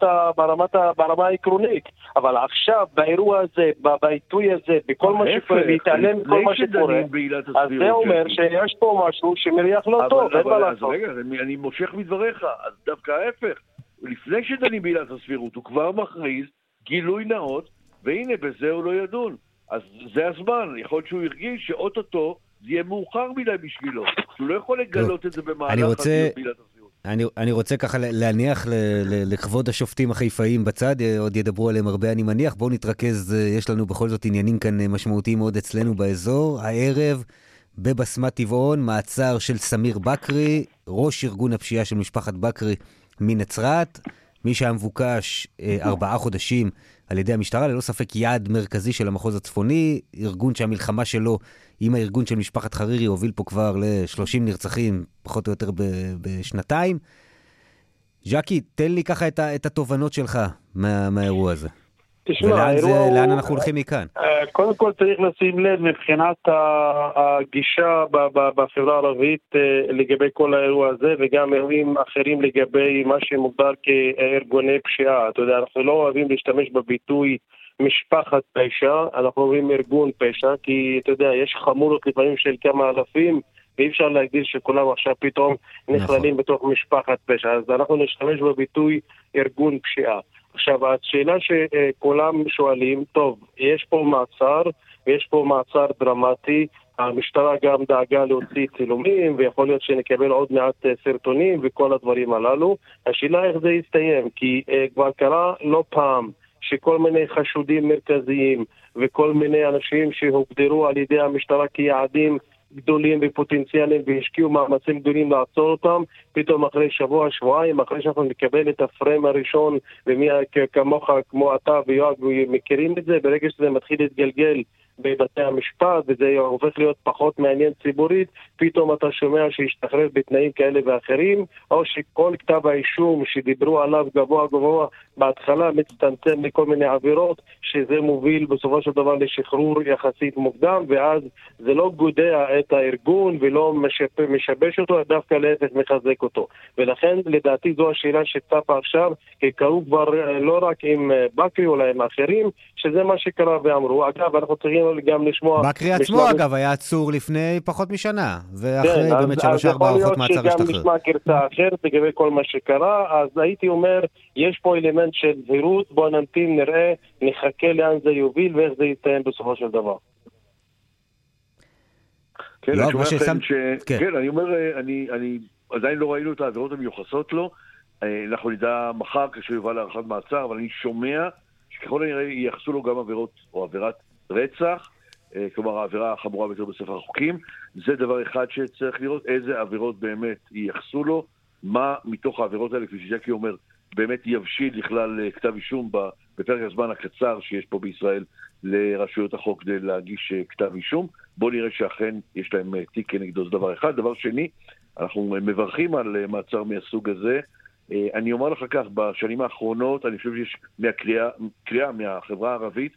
ברמה העקרונית, אבל עכשיו, באירוע הזה, בעיתוי הזה, בכל מה שקורה, להתעלם כל מה שקורה, אז זה אומר שיש פה משהו שמריח לא טוב, אין מה לעשות. רגע, אני מושך מדבריך, אז דווקא ההפך, לפני שדנים בעילת הסבירות, הוא כבר מכריז גילוי נאות, והנה בזה הוא לא ידון. אז זה הזמן, יכול להיות שהוא הרגיש שאוטוטו זה יהיה מאוחר מדי בשבילו, שהוא לא יכול לגלות את זה במהלך בעילת הסבירות. אני רוצה ככה להניח לכבוד השופטים החיפאיים בצד, עוד ידברו עליהם הרבה אני מניח, בואו נתרכז, יש לנו בכל זאת עניינים כאן משמעותיים מאוד אצלנו באזור, הערב בבסמת טבעון, מעצר של סמיר בקרי, ראש ארגון הפשיעה של משפחת בקרי מנצרת, מי שהיה מבוקש 4 חודשים על ידי המשטרה, ללא ספק יעד מרכזי של המחוז הצפוני, ארגון שהמלחמה שלו עם הארגון של משפחת חרירי הוביל פה כבר ל-30 נרצחים, פחות או יותר בשנתיים. ז'קי, תן לי ככה את התובנות שלך מהאירוע הזה. תשמע, לאן אנחנו הולכים מכאן? קודם כל צריך לשים לב מבחינת הגישה בחברה הערבית לגבי כל האירוע הזה, וגם אירועים אחרים לגבי מה שמוגדר כארגוני פשיעה. אתה יודע, אנחנו לא אוהבים להשתמש בביטוי משפחת פשע, אנחנו אוהבים ארגון פשע, כי אתה יודע, יש חמולות לפעמים של כמה אלפים, ואי אפשר להגדיל שכולם עכשיו פתאום נכללים בתוך משפחת פשע. אז אנחנו נשתמש בביטוי ארגון פשיעה. עכשיו, השאלה שכולם שואלים, טוב, יש פה מעצר, ויש פה מעצר דרמטי, המשטרה גם דאגה להוציא צילומים, ויכול להיות שנקבל עוד מעט סרטונים וכל הדברים הללו. השאלה איך זה יסתיים, כי כבר קרה לא פעם שכל מיני חשודים מרכזיים, וכל מיני אנשים שהוגדרו על ידי המשטרה כיעדים גדולים ופוטנציאליים והשקיעו מאמצים גדולים לעצור אותם, פתאום אחרי שבוע, שבועיים, אחרי שאנחנו נקבל את הפריים הראשון, ומי כמוך, כמו אתה ויואב, מכירים את זה, ברגע שזה מתחיל להתגלגל בבתי המשפט, וזה הופך להיות פחות מעניין ציבורית, פתאום אתה שומע שהשתחרר בתנאים כאלה ואחרים, או שכל כתב האישום שדיברו עליו גבוה בהתחלה מצטמצם לכל מיני עבירות, שזה מוביל בסופו של דבר לשחרור יחסית מוקדם, ואז זה לא גודע את הארגון ולא משבש אותו, דווקא להפך מחזק אותו. ולכן לדעתי זו השאלה שצפה עכשיו, כי קראו כבר לא רק עם בקרי אולי עם אחרים, שזה מה שקרה ואמרו. אגב, אנחנו צריכים גם לשמוע... בקרי עצמו אגב היה עצור לפני פחות משנה, ואחרי באמת 3-4 הארכות מעצר השתחרר. גם נשמע גרסה אחרת לגבי כל מה שקרה, אז הייתי אומר, יש פה אלמנט של זהירות, בוא נמתין, נראה, נחכה לאן זה יוביל ואיך זה יתאם בסופו של דבר. כן, אני אומר, אני עדיין לא ראינו את העבירות המיוחסות לו, אנחנו נדע מחר כשהוא יובא להארכת מעצר, אבל אני שומע שככל הנראה ייחסו לו גם עבירות או עבירת רצח, כלומר העבירה החמורה ביותר בספר החוקים. זה דבר אחד שצריך לראות, איזה עבירות באמת ייחסו לו, מה מתוך העבירות האלה, כפי שג'קי אומר, באמת יבשיל לכלל כתב אישום בפרק הזמן הקצר שיש פה בישראל לרשויות החוק כדי להגיש כתב אישום. בואו נראה שאכן יש להם תיק כנגדו, זה דבר אחד. דבר שני, אנחנו מברכים על מעצר מהסוג הזה. אני אומר לך כך, בשנים האחרונות אני חושב שיש קריאה מהחברה הערבית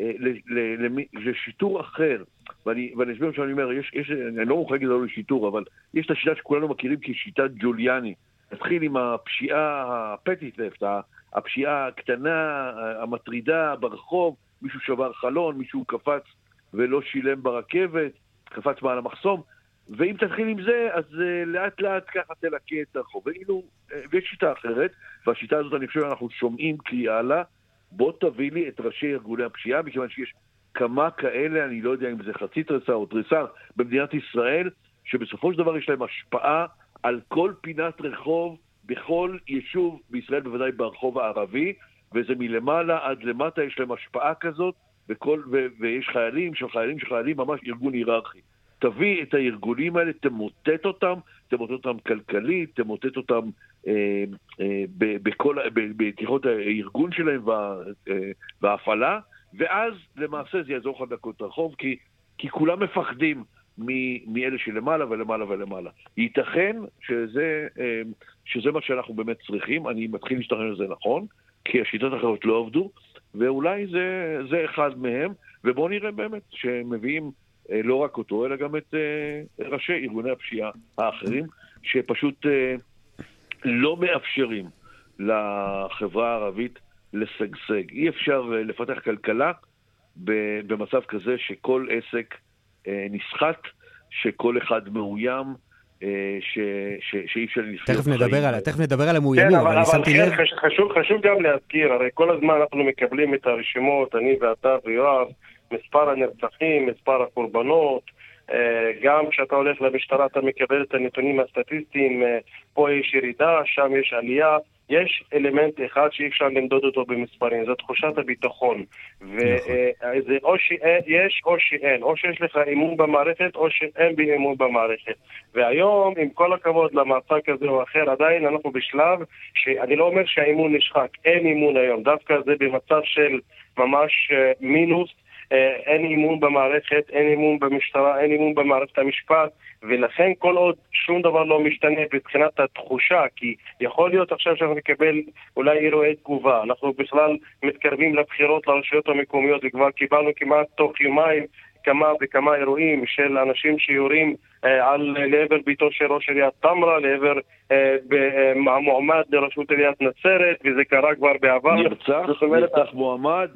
לשיטור אחר, ואני אסביר שאני אומר, אני לא מוכן להגיד לו לשיטור, אבל יש את השיטה שכולנו מכירים כשיטת ג'וליאני. נתחיל עם הפשיעה הפטיט-לפט, הפשיעה הקטנה, המטרידה ברחוב, מישהו שבר חלון, מישהו קפץ ולא שילם ברכבת, קפץ מעל המחסום, ואם תתחיל עם זה, אז לאט לאט ככה תלקה את הרחוב. ויש שיטה אחרת, והשיטה הזאת אני חושב אנחנו שומעים קריאה לה, בוא תביא לי את ראשי ארגוני הפשיעה, מכיוון שיש כמה כאלה, אני לא יודע אם זה חצי תריסר או תריסר, במדינת ישראל, שבסופו של דבר יש להם השפעה על כל פינת רחוב, בכל יישוב בישראל, בוודאי ברחוב הערבי, וזה מלמעלה עד למטה יש להם השפעה כזאת, ויש חיילים של חיילים, ממש ארגון היררכי. תביא את הארגונים האלה, תמוטט אותם כלכלית, תמוטט אותם בתיכות הארגון שלהם וההפעלה, ואז למעשה זה יעזור לך דקות רחוב, כי כולם מפחדים מאלה שלמעלה ולמעלה. ייתכן שזה מה שאנחנו באמת צריכים, אני מתחיל להשתכנע לזה נכון, כי השיטות האחרות לא עבדו, ואולי זה אחד מהם, ובואו נראה באמת שמביאים לא רק אותו, אלא גם את ראשי ארגוני הפשיעה האחרים, שפשוט לא מאפשרים לחברה הערבית לשגשג. אי אפשר לפתח כלכלה במצב כזה שכל עסק נסחט, שכל אחד מאוים, שאי אפשר לחיות חיים. תכף נדבר על המאוימים, אבל אני שמתי לב. חשוב גם להזכיר, הרי כל הזמן אנחנו מקבלים את הרשימות, אני ואתה ויואב, מספר הנרצחים, מספר הקורבנות, גם כשאתה הולך למשטרה אתה מקבל את הנתונים הסטטיסטיים, פה יש ירידה, שם יש עלייה, יש אלמנט אחד שאי אפשר למדוד אותו במספרים, זה תחושת הביטחון, וזה או שיש או שאין, או שיש לך אימון במערכת או שאין בי אימון במערכת. והיום עם כל הכבוד למעצר כזה או אחר, עדיין אנחנו בשלב שאני לא אומר שהאימון נשחק, אין אימון היום, דווקא זה במצב של ממש מינוס, אין אימון במערכת, אין אימון במשטרה, אין אימון במערכת המשפט, ולכן כל עוד שום דבר לא משתנה מבחינת התחושה, כי יכול להיות עכשיו שאנחנו נקבל אולי אירועי תגובה, אנחנו בכלל מתקרבים לבחירות לרשויות המקומיות, וכבר קיבלנו כמעט תוך יומיים כמה וכמה אירועים של אנשים שיורים לעבר ביתו של ראש עיריית תמרה, לעבר המועמד לראשות עיריית נצרת, וזה קרה כבר בעבר. נרצח מועמד,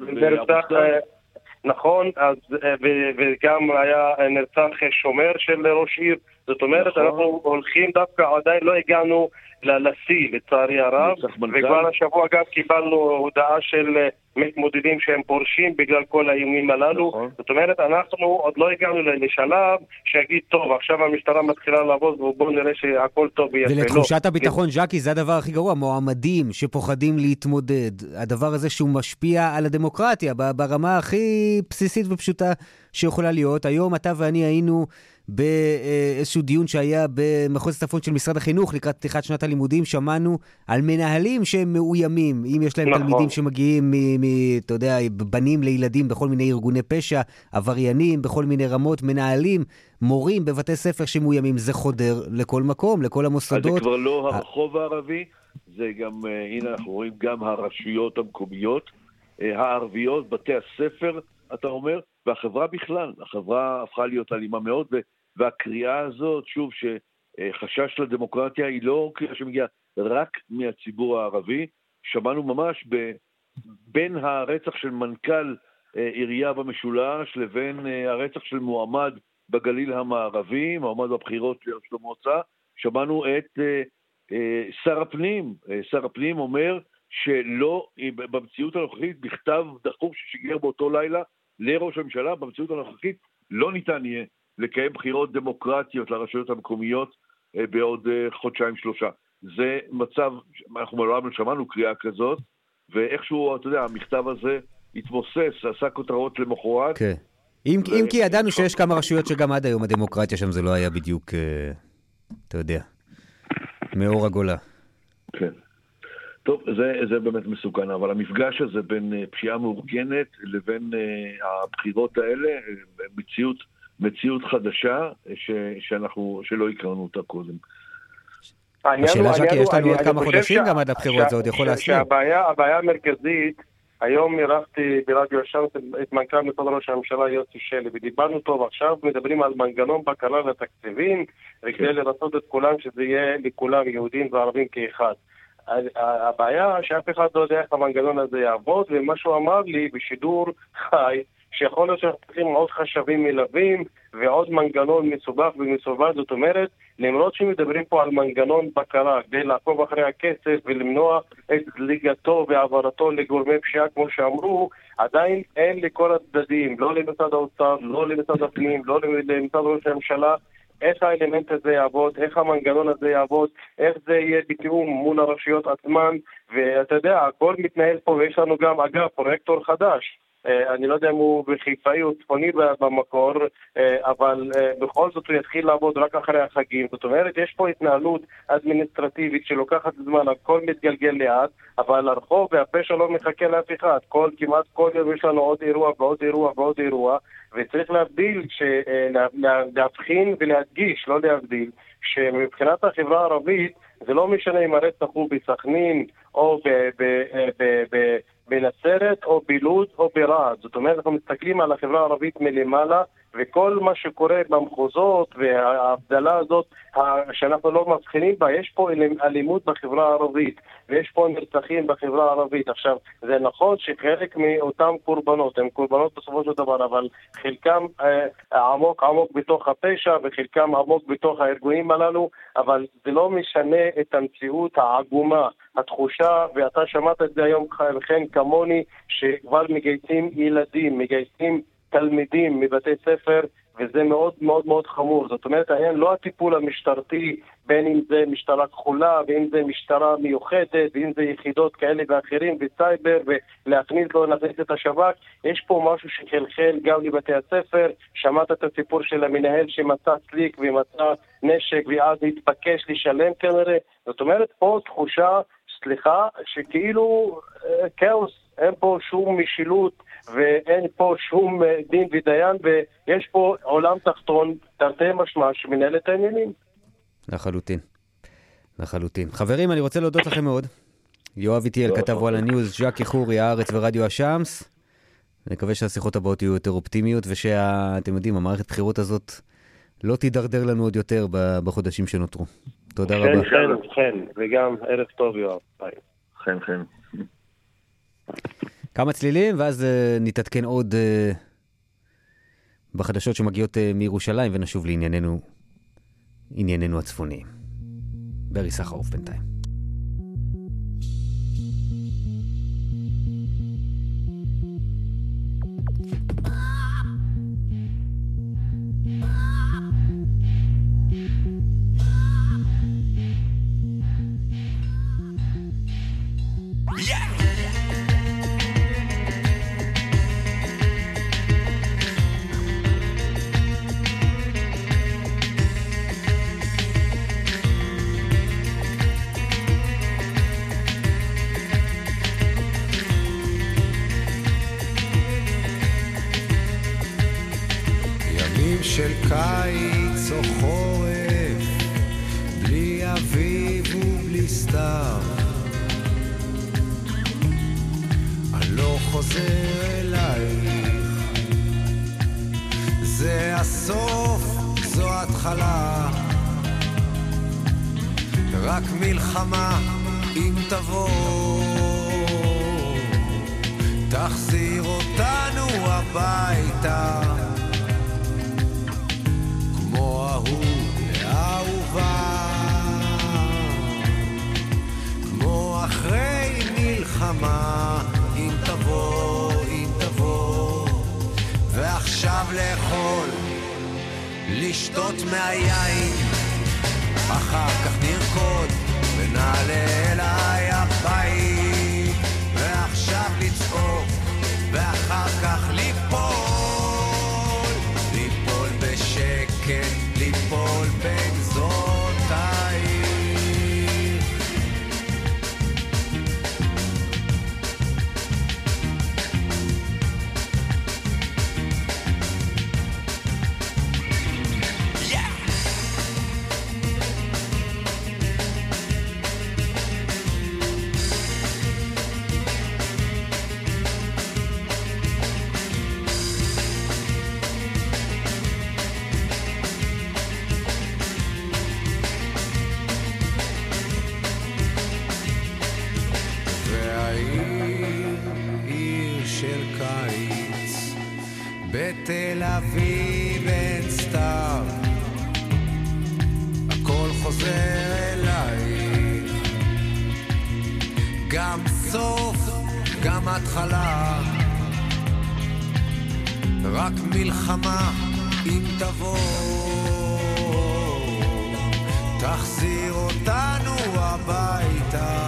נכון, וגם היה נרצח שומר של ראש עיר, זאת אומרת אנחנו הולכים דווקא, עדיין לא הגענו לשיא לצערי הרב, וכבר השבוע גם קיבלנו הודעה של מתמודדים שהם פורשים בגלל כל האיומים הללו, זאת אומרת אנחנו עוד לא הגענו לשלב שיגיד טוב, עכשיו המשטרה מתחילה לעבוד ובואו נראה שהכל טוב ויפה. ולתחושת הביטחון, ז'קי, זה הדבר הכי גרוע, מועמדים שפוחדים להתמודד, הדבר הזה שהוא משפיע על הדמוקרטיה ברמה הכי בסיסית ופשוטה שיכולה להיות. היום אתה ואני היינו באיזשהו דיון שהיה במחוז הצפון של משרד החינוך לקראת פתיחת שנת הלימודים, שמענו על מנהלים שהם מאוימים, אם יש להם תלמידים שמגיעים אתה יודע, בנים לילדים בכל מיני ארגוני פשע, עבריינים בכל מיני רמות, מנהלים, מורים בבתי ספר שמאוימים, זה חודר לכל מקום, לכל המוסדות. זה כבר לא הרחוב הערבי, זה גם, הנה אנחנו רואים גם הרשויות המקומיות, הערביות, בתי הספר, אתה אומר, והחברה בכלל, החברה הפכה להיות אלימה מאוד, והקריאה הזאת, שוב, שחשש לדמוקרטיה היא לא קריאה שמגיעה רק מהציבור הערבי, שמענו ממש בין הרצח של מנכ"ל עירייה במשולש, לבין הרצח של מועמד בגליל המערבי, מועמד בבחירות של המועצה, שמענו את שר הפנים. שר הפנים אומר שלא, במציאות הנוכחית, בכתב דחוף ששיגר באותו לילה לראש הממשלה, במציאות הנוכחית לא ניתן יהיה לקיים בחירות דמוקרטיות לרשויות המקומיות בעוד חודשיים-שלושה. זה מצב, אנחנו מעולם שמענו קריאה כזאת, ואיכשהו, אתה יודע, המכתב הזה התמוסס, עשה כותרות למחרת. כן. אם כי ידענו שיש כמה רשויות שגם עד היום הדמוקרטיה שם זה לא היה בדיוק, אתה יודע, מאור הגולה. כן. טוב, זה באמת מסוכן, אבל המפגש הזה בין פשיעה מאורגנת לבין הבחירות האלה, מציאות חדשה שלא הכרנו אותה קודם. השאלה שקי, יש לנו עוד כמה חודשים גם עד הבחירות, זה עוד יכול להסביר. הבעיה המרכזית, היום אירחתי ברדיו השמס את מנכ"ל משרד ראש הממשלה יוסי שלי, ודיברנו טוב עכשיו, מדברים על מנגנון בקרה לתקציבים, וכדי לרצות את כולם שזה יהיה לכולם, יהודים וערבים כאחד. הבעיה שאף אחד לא יודע איך המנגנון הזה יעבוד, ומה שהוא אמר לי בשידור חי, שיכול להיות שאנחנו צריכים עוד חשבים מלווים ועוד מנגנון מסובך ומסובך, זאת אומרת, למרות שמדברים פה על מנגנון בקרה כדי לעקוב אחרי הכסף ולמנוע את זליגתו והעברתו לגורמי פשיעה כמו שאמרו, עדיין אין לכל הצדדים, לא למשרד האוצר, לא למשרד הפנים, לא למשרד ראש הממשלה, איך האלמנט הזה יעבוד, איך המנגנון הזה יעבוד, איך זה יהיה בתיאום מול הרשויות עצמן, ואתה יודע, הכל מתנהל פה, ויש לנו גם, אגב, פרויקטור חדש. אני לא יודע אם הוא בחיפאי או צפוני במקור, אבל בכל זאת הוא יתחיל לעבוד רק אחרי החגים. זאת אומרת, יש פה התנהלות אדמיניסטרטיבית שלוקחת זמן, הכל מתגלגל לאט, אבל הרחוב והפשע לא מחכה לאף אחד. כמעט כל יום יש לנו עוד אירוע ועוד אירוע ועוד אירוע, וצריך להבחין ולהדגיש, לא להבדיל, שמבחינת החברה הערבית, זה לא משנה אם הרצח הוא בסכנין או בנצרת או בלוד או ברהט. זאת אומרת, אנחנו מסתכלים על החברה הערבית מלמעלה, וכל מה שקורה במחוזות וההבדלה הזאת שאנחנו לא מבחינים בה, יש פה אלימות בחברה הערבית, ויש פה נרצחים בחברה הערבית. עכשיו, זה נכון שחלק מאותם קורבנות, הם קורבנות בסופו של דבר, אבל חלקם עמוק בתוך הפשע, וחלקם עמוק בתוך הארגונים הללו, אבל זה לא משנה את המציאות העגומה, התחושה, ואתה שמעת את זה היום לכן כמוני, שכבר מגייסים ילדים, מגייסים תלמידים מבתי ספר, וזה מאוד מאוד מאוד חמור. זאת אומרת, העניין לא הטיפול המשטרתי, בין אם זה משטרה כחולה, ואם זה משטרה מיוחדת, ואם זה יחידות כאלה ואחרים, וסייבר, ולהכניס את השב"כ, יש פה משהו שחלחל גם לבתי הספר. שמעת את הסיפור של המנהל שמצא סליק ומצא נשק, ואז התבקש לשלם כנראה. זאת אומרת, פה תחושה, שכאילו כאוס, אין פה שום משילות, ואין פה שום דין ודיין, ויש פה עולם תחתון, תרתי משמע, שמנהל את העניינים. לחלוטין. חברים, אני רוצה להודות לכם מאוד. יואב איטיאל, כתב וואלה ניוז, ז'קי חורי, הארץ ורדיו השמס. אני מקווה שהשיחות הבאות יהיו יותר אופטימיות, ושאתם יודעים, המערכת בחירות הזאת לא תידרדר לנו עוד יותר בחודשים שנותרו. תודה רבה. כן, וגם ערב טוב, יואב. כן. כמה צלילים, ואז נתעדכן עוד בחדשות שמגיעות מירושלים, ונשוב לענייננו הצפוניים. ברי סחרוף בינתיים. של קיץ או חורף, בלי אביב ובלי סתיו, אני לא חוזר אלייך. זה הסוף, זו התחלה, רק מלחמה אם תבוא, תחזיר אותנו הביתה, כמו ההוא לאהובה, כמו אחרי מלחמה אם תבוא, אם תבוא. ועכשיו לאכול, לשתות מהיין, אחר כך נרקוד ונעלה אליי הבית, ועכשיו לצעוק ואחר כך ליפול, ליפול בשקט, ליפול בין זאת העיר. בתל אביב אין סתיו, הכל חוזר אלייך, גם סוף, גם התחלה, רק מלחמה אם תבוא, תחזיר אותנו הביתה,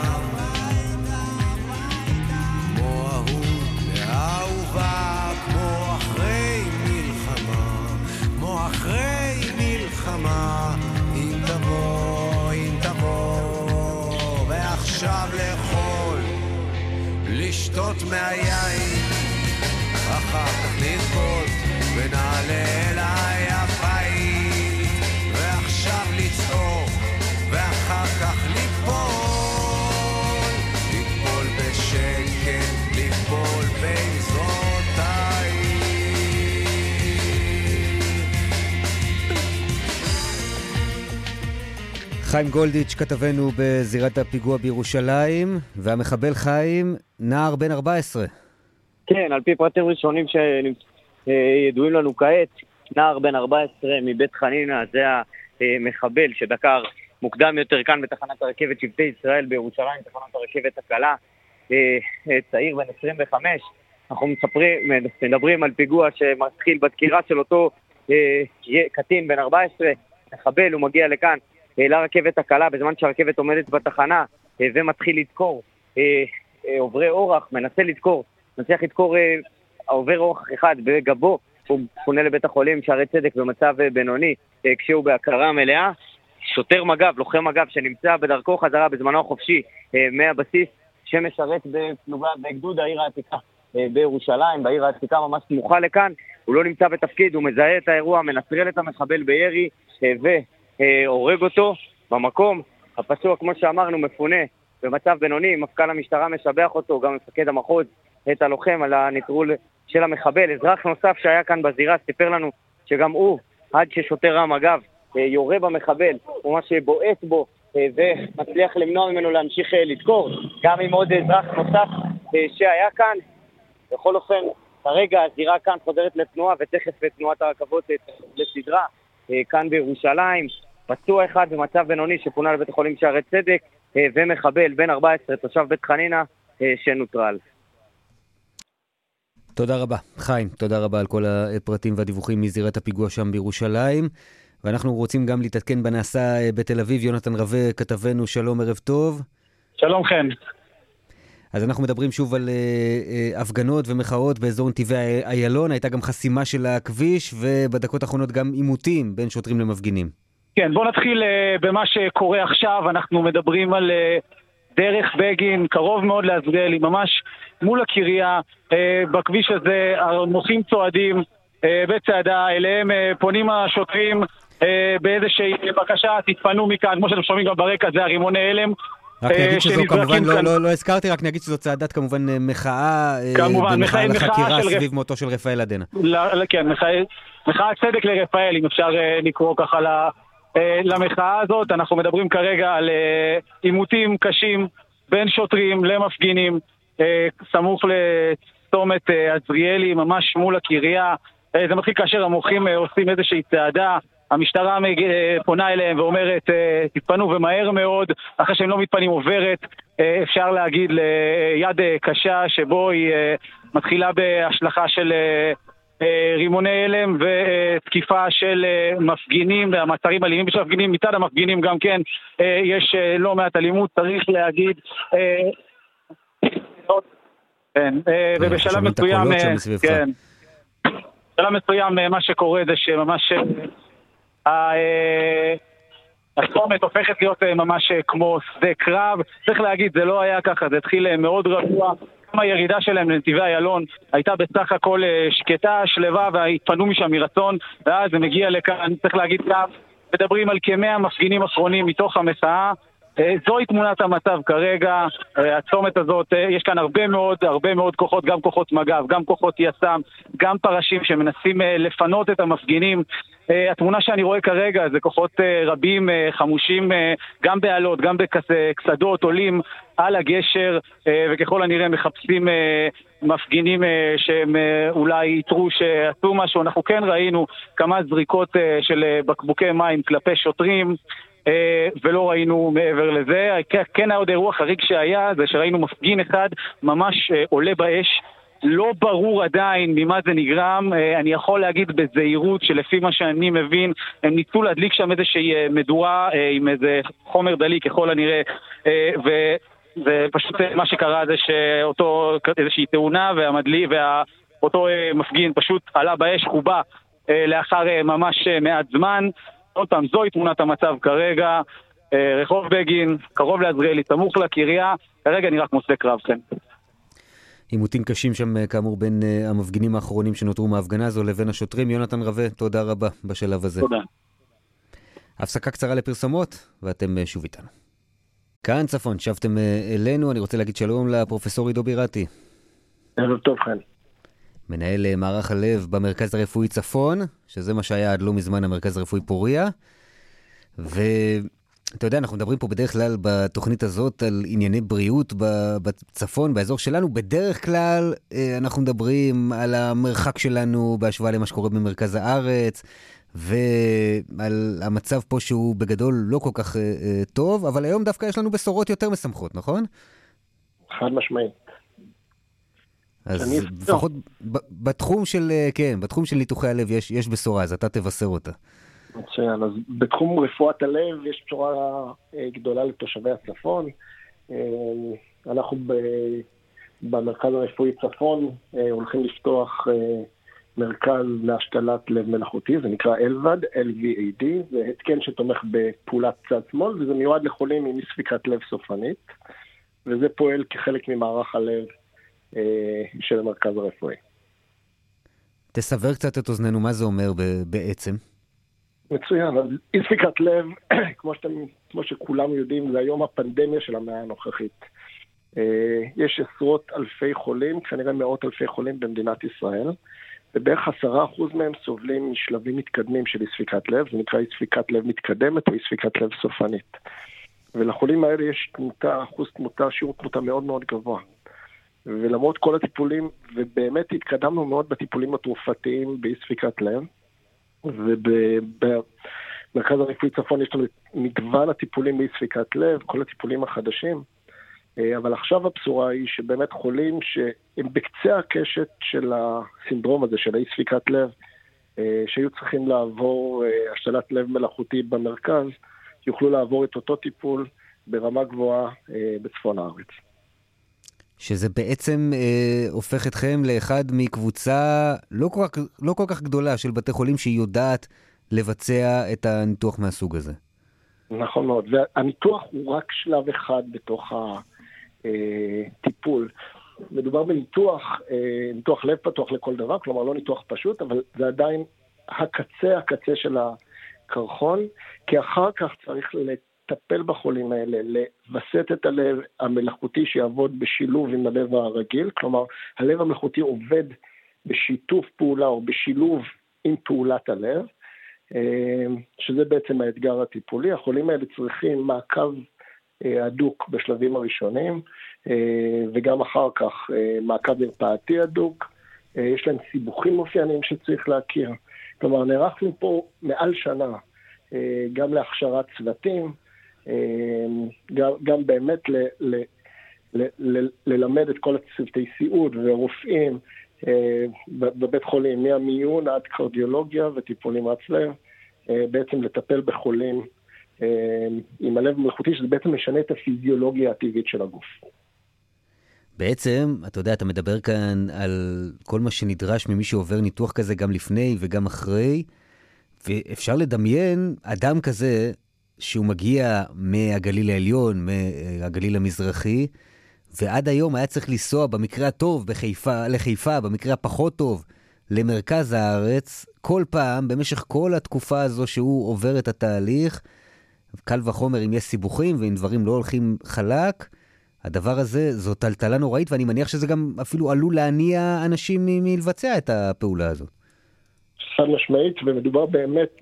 כמו ההוא לאהובה, כמו אחרי מלחמה, כמו אחרי מלחמה, אם תבוא, אם תבוא. ועכשיו לאכול, לשתות מהיין, אחר כך נרקוד ונעלה אליי הבית, ועכשיו לצעוק ואחר כך ליפול, ליפול בשקט, ליפול בין זאת העיר. חיים גולדיץ' כתבנו בזירת הפיגוע בירושלים, והמחבל חיים נער בן 14. כן, על פי פרטים ראשונים שידועים לנו כעת, נער בן 14 מבית חנינה, זה המחבל שדקר מוקדם יותר כאן בתחנת הרכבת שבטי ישראל בירושלים, תחנת הרכבת הקלה, צעיר בן 25. אנחנו מדברים על פיגוע שמתחיל בדקירה של אותו קטין בן 14, מחבל, הוא מגיע לכאן לרכבת הקלה בזמן שהרכבת עומדת בתחנה ומתחיל לדקור עוברי אורח, מנסה לדקור, מצליח לדקור עובר אורח אחד בגבו, הוא פונה לבית החולים שערי צדק במצב בינוני כשהוא בהכרה מלאה. שוטר מג"ב, לוחם מג"ב שנמצא בדרכו חזרה בזמנו החופשי מהבסיס שמשרת בפלוגה בגדוד העיר העתיקה בירושלים, בעיר העתיקה ממש סמוכה לכאן, הוא לא נמצא בתפקיד, הוא מזהה את האירוע, מנטרל את המחבל בירי והורג אותו במקום. הפצוע, כמו שאמרנו, מפונה במצב בינוני, מפכ"ל המשטרה משבח אותו, גם מפקד המחוז, את הלוחם על הנטרול של המחבל. אזרח נוסף שהיה כאן בזירה סיפר לנו שגם הוא, עד ששוטר המג"ב יורה במחבל, הוא ממש בועט בו ומצליח למנוע ממנו להמשיך לדקור, גם עם עוד אזרח נוסף שהיה כאן. בכל אופן, כרגע הזירה כאן חוזרת לתנועה, ותכף תנועת הרכבות לסדרה כאן בירושלים. פצוע אחד במצב בינוני שפונה לבית החולים שערי צדק, ומחבל בן 14, תושב בית חנינה, שנוטרל. תודה רבה, חיים, תודה רבה על כל הפרטים והדיווחים מזירת הפיגוע שם בירושלים. ואנחנו רוצים גם להתעדכן בנעשה בתל אביב. יונתן רווה, כתבנו, שלום, ערב טוב. שלום כן. אז אנחנו מדברים שוב על הפגנות ומחאות באזור נתיבי איילון. הייתה גם חסימה של הכביש, ובדקות האחרונות גם עימותים בין שוטרים למפגינים. כן, בוא נתחיל במה שקורה עכשיו. אנחנו מדברים על דרך בגין, קרוב מאוד לעזריאלי, ממש מול הקריה. בכביש הזה המוחים צועדים, בצעדה, אליהם פונים השוטרים באיזושהי בקשה, תתפנו מכאן, כמו שאתם שומעים גם ברקע, זה הרימוני הלם. רק נגיד שזו כמובן, לא הזכרתי, רק נגיד שזו צעדת כמובן מחאה, במחאה לחקירה סביב מותו של רפאל עדנה. כן, מחאה צדק לרפאל, אם אפשר לקרוא ככה למחאה הזאת. אנחנו מדברים כרגע על עימותים קשים בין שוטרים למפגינים, סמוך לצומת עזריאלי, ממש מול הקריה. זה מתחיל כאשר המוחים עושים איזושהי צעדה, המשטרה פונה אליהם ואומרת תתפנו ומהר מאוד, אחרי שהם לא מתפנים עוברת, אפשר להגיד ליד קשה שבו היא מתחילה בהשלכה של רימוני הלם ותקיפה של מפגינים והמעצרים אלימים של מפגינים. מצד המפגינים גם כן יש לא מעט אלימות, צריך להגיד. ובשלב מסוים, כן, בשלב מסוים מה שקורה זה שממש הצומת הופכת להיות ממש כמו שדה קרב. צריך להגיד, זה לא היה ככה, זה התחיל מאוד רגוע. גם הירידה שלהם לנתיבי איילון הייתה בסך הכל שקטה, שלווה, והתפנו משם מרצון, ואז זה מגיע לכאן. צריך להגיד כך, מדברים על כ-100 מפגינים אחרונים מתוך המסעה. זוהי תמונת המצב כרגע. הצומת הזאת, יש כאן הרבה מאוד כוחות, גם כוחות מג"ב, גם כוחות יס"מ, גם פרשים שמנסים לפנות את המפגינים. התמונה שאני רואה כרגע זה כוחות רבים חמושים, גם בעלות, גם בקסדות, עולים על הגשר, וככל הנראה מחפשים מפגינים שהם אולי יתרו שעשו משהו. אנחנו כן ראינו כמה זריקות של בקבוקי מים כלפי שוטרים, ולא ראינו מעבר לזה. כן היה עוד אירוע חריג שהיה, זה שראינו מפגין אחד ממש עולה באש, לא ברור עדיין ממה זה נגרם. אני יכול להגיד בזהירות שלפי מה שאני מבין, הם ניסו להדליק שם איזושהי מדורה עם איזה חומר דליק ככל הנראה, ופשוט מה שקרה זה שאותו איזושהי תאונה ואותו מפגין פשוט עלה באש, חובה לאחר ממש מעט זמן. עוד פעם, זוהי תמונת המצב כרגע. רחוב בגין, קרוב לעזריאלי, סמוך לקריה, כרגע נראה כמו שדה קרב, כן. עימותים קשים שם כאמור בין המפגינים האחרונים שנותרו מההפגנה הזו לבין השוטרים. יונתן רווה, תודה רבה בשלב הזה. תודה. הפסקה קצרה לפרסומות, ואתם שוב איתנו. כאן צפון, שבתם אלינו, אני רוצה להגיד שלום לפרופסור עידו בירתי. ערב טוב, חן. מנהל מערך הלב במרכז הרפואי צפון, שזה מה שהיה עד לא מזמן המרכז הרפואי פוריה. ואתה יודע, אנחנו מדברים פה בדרך כלל בתוכנית הזאת על ענייני בריאות בצפון, באזור שלנו. בדרך כלל אנחנו מדברים על המרחק שלנו בהשוואה למה שקורה במרכז הארץ, ועל המצב פה שהוא בגדול לא כל כך טוב, אבל היום דווקא יש לנו בשורות יותר משמחות, נכון? חד משמעית. אז לפחות בתחום של, כן, בתחום של ניתוחי הלב יש בשורה, אז אתה תבשר אותה. מצוין, אז בתחום רפואת הלב יש בשורה גדולה לתושבי הצפון. אנחנו במרכז הרפואי צפון הולכים לפתוח מרכז להשתלת לב מלאכותי, זה נקרא אלבד, LVAD, זה התקן שתומך בפעולת צד שמאל, וזה מיועד לחולים עם ספיקת לב סופנית, וזה פועל כחלק ממערך הלב של המרכז הרפואי. תסבר קצת את אוזננו, מה זה אומר בעצם? מצוין, אז אי ספיקת לב, כמו שכולם יודעים, זה היום הפנדמיה של המאה הנוכחית. יש עשרות אלפי חולים, כנראה מאות אלפי חולים במדינת ישראל, ובערך 10% מהם סובלים משלבים מתקדמים של אי ספיקת לב, זה נקרא אי ספיקת לב מתקדמת או אי ספיקת לב סופנית. ולחולים האלה יש תמותה, אחוז תמותה, שיעור תמותה מאוד מאוד גבוה. ולמרות כל הטיפולים, ובאמת התקדמנו מאוד בטיפולים התרופתיים באי ספיקת לב, ובמרכז הרפואי צפון יש לנו מגוון הטיפולים באי ספיקת לב, כל הטיפולים החדשים, אבל עכשיו הבשורה היא שבאמת חולים שהם בקצה הקשת של הסינדרום הזה, של האי ספיקת לב, שהיו צריכים לעבור השתלת לב מלאכותי במרכז, יוכלו לעבור את אותו טיפול ברמה גבוהה בצפון הארץ. שזה בעצם הופך אתכם לאחד מקבוצה לא כל כך גדולה של בתי חולים שהיא יודעת לבצע את הניתוח מהסוג הזה. נכון מאוד, והניתוח הוא רק שלב אחד בתוך הטיפול. מדובר בניתוח, ניתוח לב פתוח לכל דבר, כלומר לא ניתוח פשוט, אבל זה עדיין הקצה של הקרחון, כי אחר כך צריך לטפל בחולים האלה, לבסט את הלב המלאכותי שיעבוד בשילוב עם הלב הרגיל, כלומר הלב המלאכותי עובד בשיתוף פעולה או בשילוב עם פעולת הלב, שזה בעצם האתגר הטיפולי. החולים האלה צריכים מעקב הדוק בשלבים הראשונים, וגם אחר כך מעקב מרפאתי הדוק. יש להם סיבוכים אופייניים שצריך להכיר. כלומר, נערכנו פה מעל שנה, גם להכשרת צוותים, גם באמת ללמד את כל הצוותי סיעוד ורופאים בבית חולים, מהמיון עד קרדיולוגיה וטיפולים נמרץ לב, בעצם לטפל בחולים עם הלב מלאכותי, שזה בעצם משנה את הפיזיולוגיה הטבעית של הגוף. בעצם, אתה יודע, אתה מדבר כאן על כל מה שנדרש ממי שעובר ניתוח כזה גם לפני וגם אחרי, ואפשר לדמיין אדם כזה שהוא מגיע מהגליל העליון, מהגליל המזרחי, ועד היום היה צריך לנסוע במקרה הטוב לחיפה, במקרה הפחות טוב למרכז הארץ, כל פעם במשך כל התקופה הזו שהוא עובר את התהליך, קל וחומר אם יש סיבוכים ואם דברים לא הולכים חלק, הדבר הזה זו טלטלה נוראית, ואני מניח שזה גם אפילו עלול להניע אנשים מלבצע את הפעולה הזאת. חד משמעית, ומדובר באמת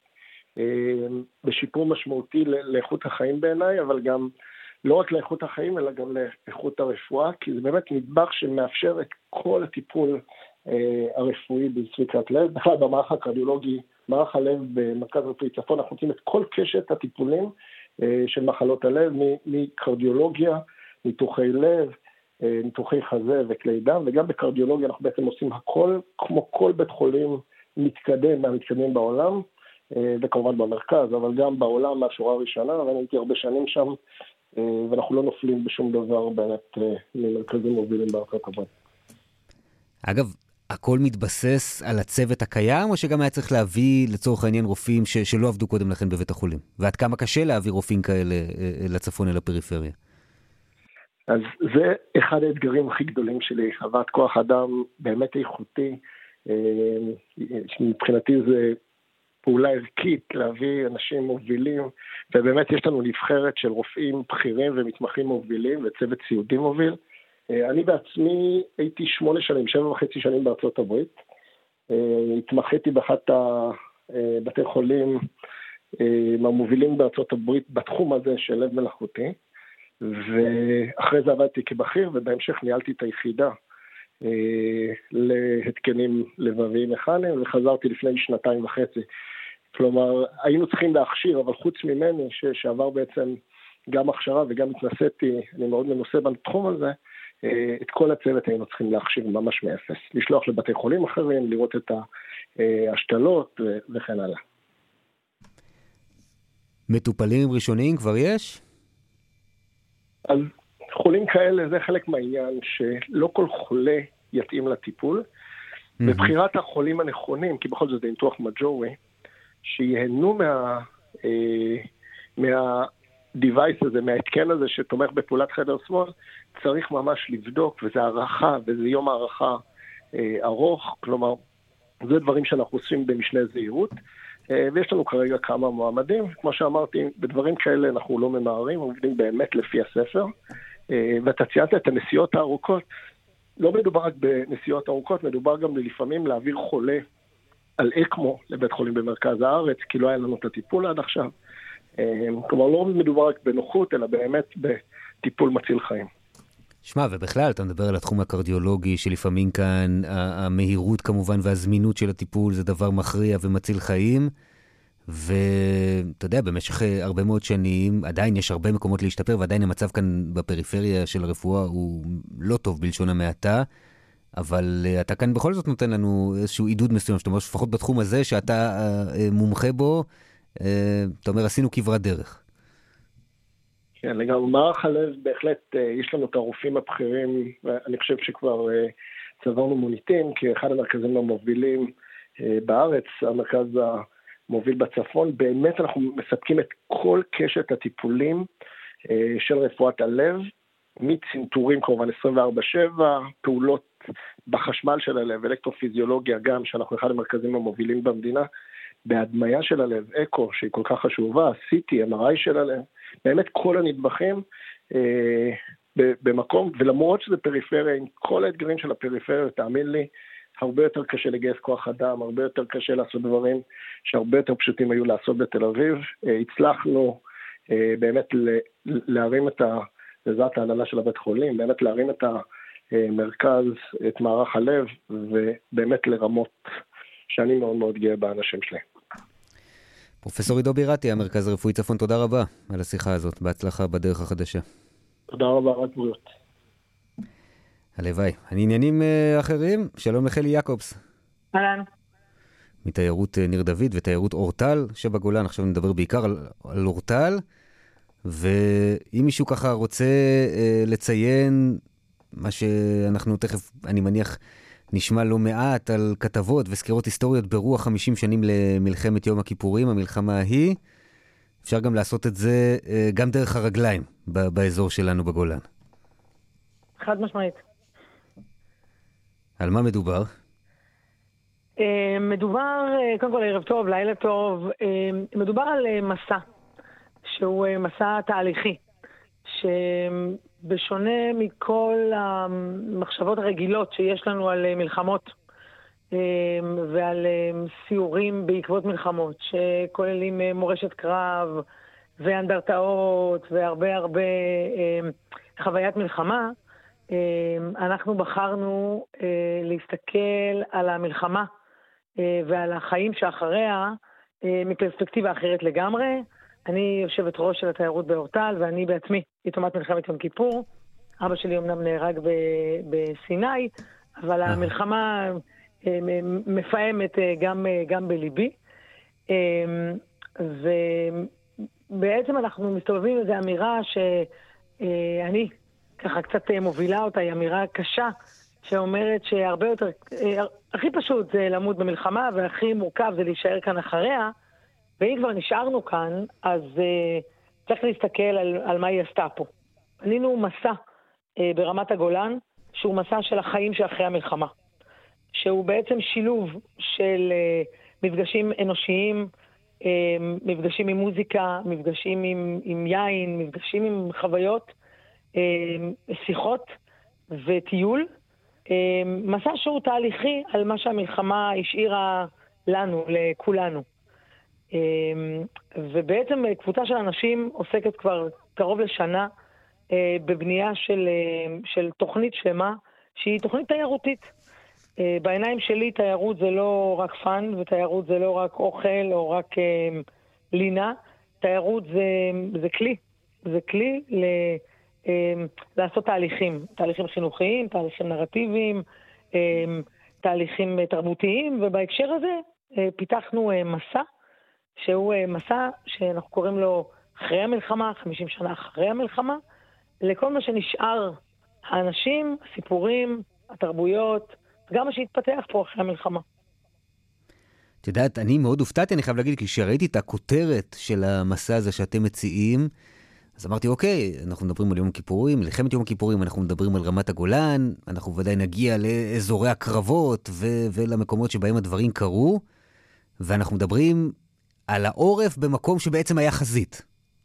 בשיפור משמעותי לאיכות החיים בעיניי, אבל גם לא רק לאיכות החיים, אלא גם לאיכות הרפואה, כי זה באמת נדבך שמאפשר את כל הטיפול הרפואי בספיקת לב. בכלל במערך הקרדיולוגי, מערך הלב במרכז רפואי צפון, אנחנו נותנים את כל קשת הטיפולים של מחלות הלב, מקרדיולוגיה, ניתוחי לב, ניתוחי חזה וכלי דם, וגם בקרדיולוגיה אנחנו בעצם עושים הכל, כמו כל בית חולים מתקדם מהמתקדמים בעולם, וכמובן במרכז, אבל גם בעולם מהשורה הראשונה, ואני הייתי הרבה שנים שם, ואנחנו לא נופלים בשום דבר באמת ממרכזים מובילים בארצות הברית. אגב, הכל מתבסס על הצוות הקיים, או שגם היה צריך להביא לצורך העניין רופאים שלא עבדו קודם לכן בבית החולים? ועד כמה קשה להביא רופאים כאלה לצפון אל הפריפריה? אז זה אחד האתגרים הכי גדולים שלי, הבאת כוח אדם באמת איכותי, מבחינתי זה פעולה ערכית להביא אנשים מובילים, ובאמת יש לנו נבחרת של רופאים בכירים ומתמחים מובילים וצוות סיעודי מוביל. אני בעצמי הייתי 7.5 שנים בארצות הברית, התמחיתי באחת בתי חולים המובילים בארצות הברית בתחום הזה של לב מלאכותי, ואחרי זה עבדתי כבכיר, ובהמשך ניהלתי את היחידה להתקנים לבביים מכניים, וחזרתי לפני 2.5 שנים. כלומר, היינו צריכים להכשיר, אבל חוץ ממני, שעבר בעצם גם הכשרה וגם התנסיתי, אני מאוד מנוסה בתחום הזה, את כל הצוות היינו צריכים להכשיר ממש מאפס. לשלוח לבתי חולים אחרים, לראות את ההשתלות וכן הלאה. מטופלים ראשוניים כבר יש? אז חולים כאלה זה חלק מהעניין, שלא כל חולה יתאים לטיפול, ובחירת החולים הנכונים, כי בכל זאת זה ניתוח מג'ורי, שיהנו מהדיווייס הזה, מההתקן הזה שתומך בפעולת חדר שמאל, צריך ממש לבדוק, וזה הערכה, וזה יום הערכה ארוך, כלומר, זה דברים שאנחנו עושים במשנה זהירות, ויש לנו כרגע כמה מועמדים, כמו שאמרתי, בדברים כאלה אנחנו לא ממהרים, עובדים באמת לפי הספר, ואתה ציינת את הנסיעות הארוכות, לא מדובר רק בנסיעות ארוכות, מדובר גם לפעמים להעביר חולה על אקמו לבית חולים במרכז הארץ, כי לא היה לנו את הטיפול עד עכשיו. כלומר, לא מדובר רק בנוחות, אלא באמת בטיפול מציל חיים. שמע, ובכלל, אתה מדבר על התחום הקרדיולוגי, שלפעמים כאן המהירות כמובן והזמינות של הטיפול זה דבר מכריע ומציל חיים, ואתה יודע, במשך הרבה מאוד שנים, עדיין יש הרבה מקומות להשתפר, ועדיין המצב כאן בפריפריה של הרפואה הוא לא טוב בלשון המעטה, אבל אתה כאן בכל זאת נותן לנו איזשהו עידוד מסוים, שאתה אומר לפחות בתחום הזה שאתה מומחה בו, אתה אומר עשינו כברת דרך. כן, לגמרי, מערך הלב בהחלט יש לנו את הרופאים הבכירים, ואני חושב שכבר צברנו מוניטין, כי אחד המרכזים המובילים בארץ, המרכז המוביל בצפון, באמת אנחנו מספקים את כל קשת הטיפולים של רפואת הלב, מצנתורים כמובן 24/7, פעולות בחשמל של הלב, אלקטרופיזיולוגיה גם, שאנחנו אחד המרכזים המובילים במדינה, בהדמיה של הלב, אקו, שהיא כל כך חשובה, CT, MRI של הלב, באמת כל הנדבכים במקום, ולמרות שזה פריפריה, עם כל האתגרים של הפריפריה, תאמין לי, הרבה יותר קשה לגייס כוח אדם, הרבה יותר קשה לעשות דברים שהרבה יותר פשוטים היו לעשות בתל אביב. הצלחנו באמת להרים את בעזרת ההנהלה של הבית חולים, באמת להרים את המרכז, את מערך הלב, ובאמת לרמות שאני מאוד מאוד גאה באנשים שלי. פרופסור עידו בירתי, המרכז הרפואי צפון, תודה רבה על השיחה הזאת. בהצלחה בדרך החדשה. תודה רבה, רק בריאות. הלוואי. עניינים אחרים, שלום לחלי יעקובס. אהלן. מתיירות ניר דוד ותיירות אורטל שבגולן, עכשיו נדבר בעיקר על אורטל, ואם מישהו ככה רוצה לציין מה שאנחנו תכף, אני מניח, נשמע לא מעט על כתבות וסקירות היסטוריות ברוח 50 שנים למלחמת יום הכיפורים, המלחמה ההיא, אפשר גם לעשות את זה גם דרך הרגליים באזור שלנו בגולן. חד משמעית. על מה מדובר? מדובר, קודם כל ערב טוב, לילה טוב, מדובר על מסע, שהוא מסע תהליכי, שבשונה מכל המחשבות הרגילות שיש לנו על מלחמות, ועל סיורים בעקבות מלחמות, שכוללים מורשת קרב, ואנדרטאות, והרבה חוויית מלחמה, אנחנו בחרנו להסתכל על המלחמה ועל החיים שאחריה מפרספקטיבה אחרת לגמרי. אני יושבת ראש של התיירות באורטל, ואני בעצמי יתומת מלחמת יום כיפור. אבא שלי אמנם נהרג בסיני, אבל המלחמה מפעמת גם בליבי. ובעצם אנחנו מסתובבים איזו אמירה שאני ככה קצת מובילה אותה, היא אמירה קשה, שאומרת שהרבה יותר, הכי פשוט זה למות במלחמה, והכי מורכב זה להישאר כאן אחריה, ואם כבר נשארנו כאן, אז צריך להסתכל על מה היא עשתה פה. ענינו מסע ברמת הגולן, שהוא מסע של החיים שאחרי המלחמה, שהוא בעצם שילוב של מפגשים אנושיים, מפגשים עם מוזיקה, מפגשים עם יין, מפגשים עם חוויות, שיחות וטיול, מסע שהוא תהליכי על מה שהמלחמה השאירה לנו, לכולנו. ובעצם קבוצה של אנשים עוסקת כבר קרוב לשנה בבנייה של תוכנית שלמה, שהיא תוכנית תיירותית. בעיניים שלי תיירות זה לא רק פן, ותיירות זה לא רק אוכל או רק לינה. תיירות זה כלי. זה כלי לעשות תהליכים חינוכיים, תהליכים נרטיביים, תהליכים תרבותיים, ובהקשר הזה פיתחנו מסע, שהוא מסע שאנחנו קוראים לו אחרי המלחמה, 50 שנה אחרי המלחמה, לכל מה שנשאר, האנשים, הסיפורים, התרבויות, וגם מה שהתפתח פה אחרי המלחמה. את יודעת, אני מאוד הופתעתי, אני חייב להגיד, כשראיתי את הכותרת של המסע הזה שאתם מציעים, אז אמרתי, אוקיי, אנחנו מדברים על יום הכיפורים, מלחמת יום הכיפורים, אנחנו מדברים על רמת הגולן, אנחנו ודאי נגיע לאזורי הקרבות ולמקומות שבהם הדברים קרו, ואנחנו מדברים על העורף במקום שבעצם היה חזית.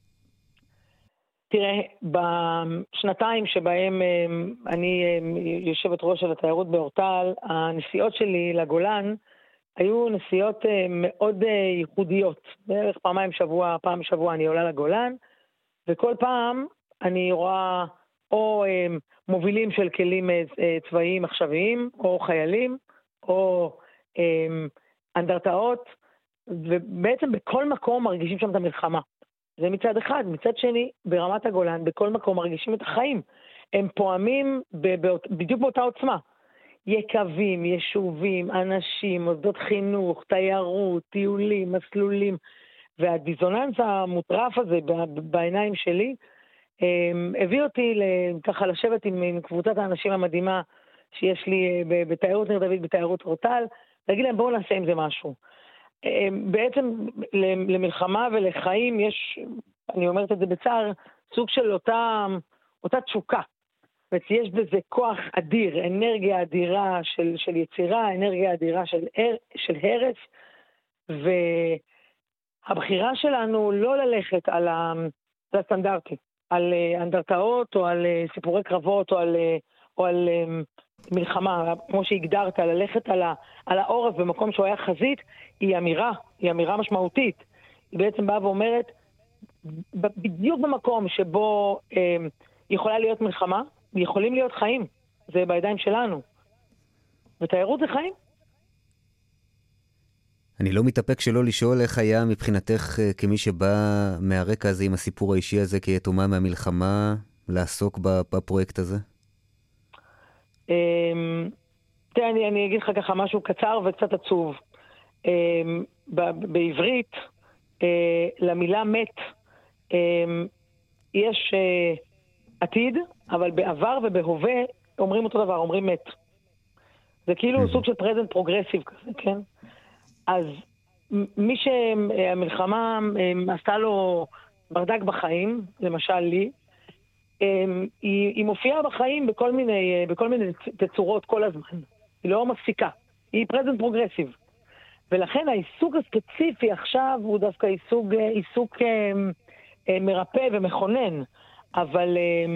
תראה, בשנתיים שבהם אני יושבת ראש של התיירות באורטל, הנסיעות שלי לגולן היו נסיעות מאוד ייחודיות. בערך פעם בשבוע אני עולה לגולן, וכל פעם אני רואה או מובילים של כלים צבאיים עכשוויים, או חיילים, או אנדרטאות, ובעצם בכל מקום מרגישים שם את המלחמה. זה מצד אחד. מצד שני, ברמת הגולן, בכל מקום מרגישים את החיים. הם פועמים בדיוק באותה עוצמה. יקבים, ישובים, אנשים, מוסדות חינוך, תיירות, טיולים, מסלולים, והדיזוננס המוטרף הזה בעיניים שלי, הביא אותי ככה לשבת עם קבוצת האנשים המדהימה שיש לי בתיירות ניר דוד, בתיירות אורטל, להגיד להם בואו נעשה עם זה משהו. בעצם למלחמה ולחיים יש, אני אומרת את זה בצער, סוג של אותה תשוקה יש בזה כוח אדיר, אנרגיה אדירה של יצירה, אנרגיה אדירה של הרס, והבחירה שלנו לא ללכת על הסטנדרטי, על אנדרטאות או על סיפורי קרבות או על מלחמה, כמו שהגדרת, ללכת על העורף במקום שהוא היה חזית, היא אמירה משמעותית. היא בעצם באה ואומרת, בדיוק במקום שבו יכולה להיות מלחמה, יכולים להיות חיים. זה בידיים שלנו. ותיירות זה חיים. אני לא מתאפק שלא לשאול איך היה מבחינתך כמי שבא מהרקע הזה עם הסיפור האישי הזה כיתומה מהמלחמה לעסוק בפרויקט הזה? תראה, אני אגיד לך ככה משהו קצר וקצת עצוב. בעברית למילה מת יש עתיד, אבל בעבר ובהווה אומרים אותו דבר, אומרים מת. זה כאילו סוג של פרזנט פרוגרסיב כזה, כן? אז מי שהמלחמה עשתה לו ברדק בחיים, למשל לי, היא מופיעה בחיים בכל מיני תצורות כל הזמן. היא לא מפסיקה. היא פרזנט פרוגרסיב. ולכן העיסוק הספציפי עכשיו הוא דווקא עיסוק מרפא ומכונן. אבל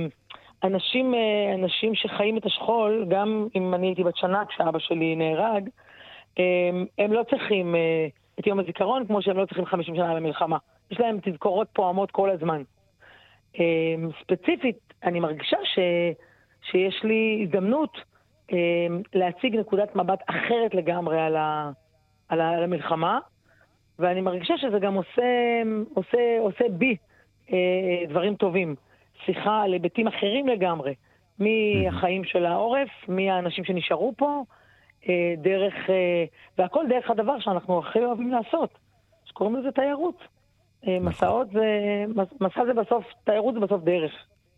אנשים שחיים את השכול, גם אם אני הייתי בת שנה כשאבא שלי נהרג, הם לא צריכים את יום הזיכרון כמו שהם לא צריכים 50 שנה למלחמה. יש להם תזכורות פועמות כל הזמן. ספציפית, אני מרגישה שיש לי הזדמנות להציג נקודת מבט אחרת לגמרי על המלחמה, ואני מרגישה שזה גם עושה בי דברים טובים. שיחה על היבטים אחרים לגמרי, מהחיים של העורף, מהאנשים שנשארו פה, והכל דרך הדבר שאנחנו הכי אוהבים לעשות, שקוראים לזה תיירות. מסע זה בסוף, תיירות זה בסוף דרך.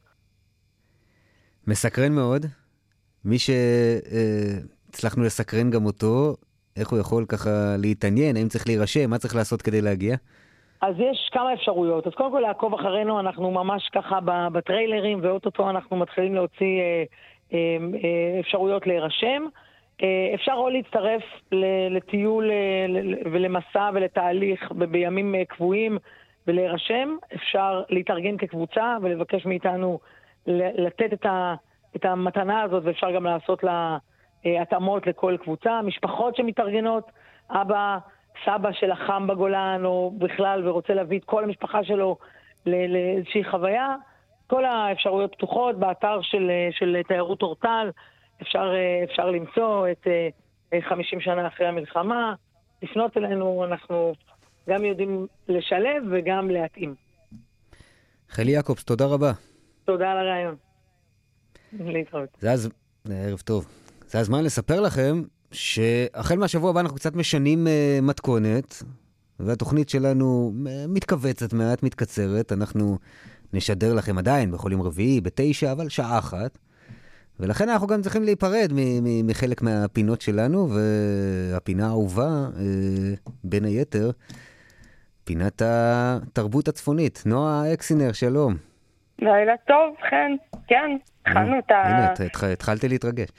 מסקרן מאוד. מי שהצלחנו לסקרן גם אותו, איך הוא יכול ככה להתעניין, האם צריך להירשם, מה צריך לעשות כדי להגיע? אז יש כמה אפשרויות. אז קודם כל לעקוב אחרינו, אנחנו ממש ככה בטריילרים, ואוטוטו אנחנו מתחילים להוציא אפשרויות להירשם. אפשר או להצטרף לטיול ולמסע ולתהליך בימים קבועים ולהירשם. אפשר להתארגן כקבוצה ולבקש מאיתנו לתת את המתנה הזאת, ואפשר גם לעשות לה התאמות לכל קבוצה. משפחות שמתארגנות, אבא, סבא של החם בגולן או בכלל ורוצה להביא את כל המשפחה שלו לאיזושהי חוויה, כל האפשרויות פתוחות באתר של תיירות אורטל. אפשר למצוא את 50 שנה אחרי המלחמה, לפנות אלינו, אנחנו גם יודעים לשלב וגם להתאים. חלי יעקובס, תודה רבה. תודה על הרעיון. להתראות. ערב טוב. זה הזמן לספר לכם שהחל מהשבוע הבא אנחנו קצת משנים מתכונת, והתוכנית שלנו מתכווצת מעט, מתקצרת. אנחנו נשדר לכם עדיין בכל יום רביעי, 9, אבל שעה 1. ולכן אנחנו גם צריכים להיפרד מחלק מהפינות שלנו, והפינה האהובה, בין היתר, פינת התרבות הצפונית. נועה אקסינר, שלום. לילה טוב, כן, התחלנו את הנה, התחלתי להתרגש.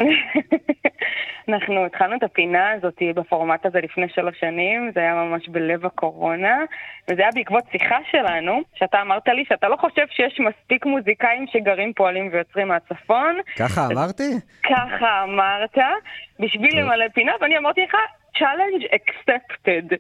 אנחנו התחלנו את הפינה הזאת בפורמט הזה לפני 3 שנים, זה היה ממש בלב הקורונה, וזה היה בעקבות שיחה שלנו, שאתה אמרת לי שאתה לא חושב שיש מספיק מוזיקאים שגרים, פועלים ויוצרים מהצפון. ככה אמרתי? ככה אמרת, בשביל למלא פינה, ואני אמרתי לך, challenge accepted.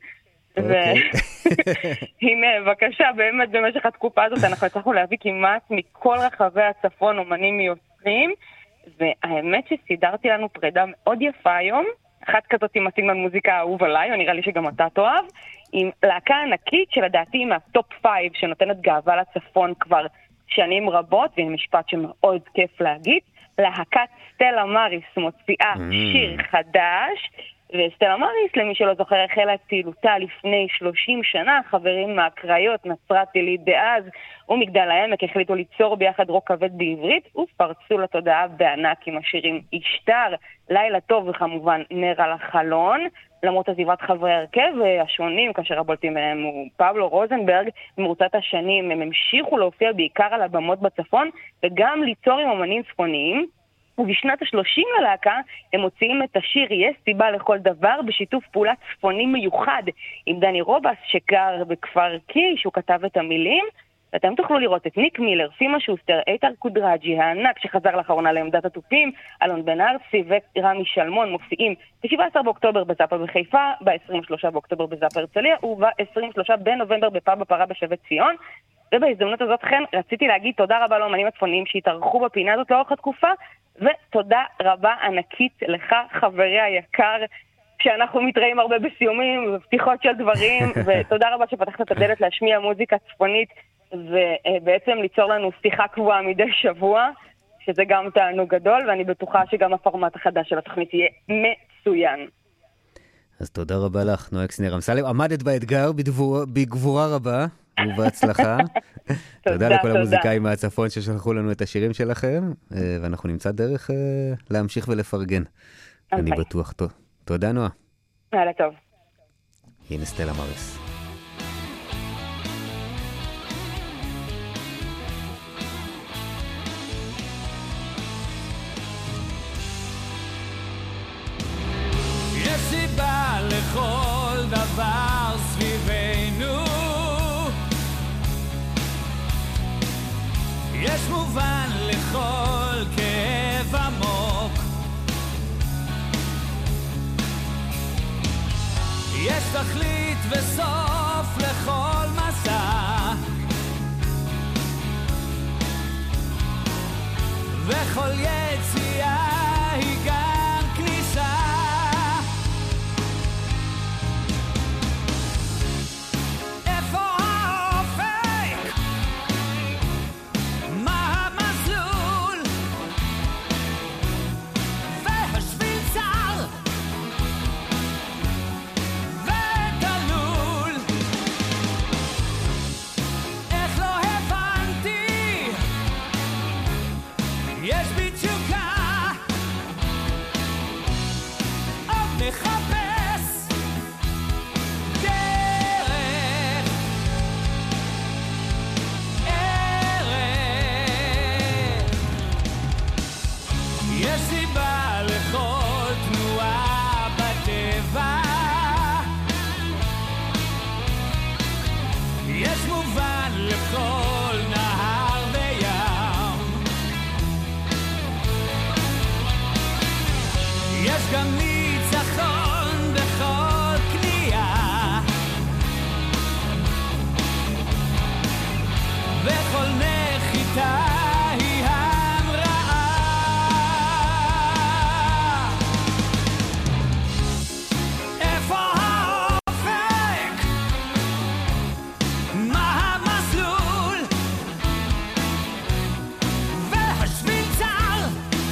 הנה, בבקשה, באמת במשך התקופה הזאת אנחנו הצלחנו להביא כמעט מכל רחבי הצפון אומנים מיוצרים, והאמת שסידרתי לנו פרידה מאוד יפה היום, אחת כזאת עם הסגנון מוזיקה האהוב עליי, ונראה לי שגם אתה תאהב, עם להקה ענקית שלדעתי מהטופ 5 שנותנת גאווה לצפון כבר שנים רבות, ועם משפט שמאוד כיף להגיד, להקת סטלה מריס מוציאה שיר חדש, וסטלה מריס, למי שלא זוכר, החלה את פעילותה לפני 30 שנה, חברים מהקריות, נצרת עילית דאז, ומגדל העמק החליטו ליצור ביחד רוק כבד בעברית, ופרצו לתודעה בענק עם השירים אשתר, לילה טוב וכמובן נר על החלון, למרות עזיבת חברי הרכב השונים, כאשר הבולטים מהם הוא פאבלו רוזנברג, במרוצת השנים הם המשיכו להופיע בעיקר על הבמות בצפון, וגם ליצור עם אומנים צפוניים. ובשנת ה-30 ללהקה הם מוציאים את השיר "יש סיבה לכל דבר" בשיתוף פעולה צפוני מיוחד עם דני רובס שגר בכפר קיש, הוא כתב את המילים. ואתם תוכלו לראות את ניק מילר, סימה שוסטר, איתר קודרג'י הענק שחזר לאחרונה לעמדת התופים, אלון בן ארצי ורמי שלמון מופיעים ב-17 באוקטובר בזאפה בחיפה, ב-23 באוקטובר בזאפה הרצליה וב-23 בנובמבר בפאב הפרה בשבט ציון. ובהזדמנות הזאת כן רציתי להגיד תודה רבה לאמנים הצפוניים שהתארחו בפינה הזאת לאורך התקופה, ותודה רבה ענקית לך חברי היקר, שאנחנו מתראים הרבה בסיומים ובפתיחות של דברים, ותודה רבה שפתחת את הדלת להשמיע מוזיקה צפונית ובעצם ליצור לנו שיחה קבועה מדי שבוע, שזה גם תענוג גדול, ואני בטוחה שגם הפורמט החדש של התוכנית יהיה מצוין. אז תודה רבה לך, נועה אקסנר אמסלם. עמדת באתגר בגבורה רבה ובהצלחה. תודה לכל המוזיקאים מהצפון ששלחו לנו את השירים שלכם, ואנחנו נמצא דרך להמשיך ולפרגן. אני בטוח. תודה נועה. יאללה טוב. הנה סטלה מריס. יש סיבה לכל דבר סביבנו, יש מובן לכל כאב עמוק, יש תכלית וסוף לכל מסע, וכל יציאה היא גם כניסה. גם ניצחון בכל קנייה, וכל נחיתה היא המראה. איפה האופק? מה המסלול? והשביל צר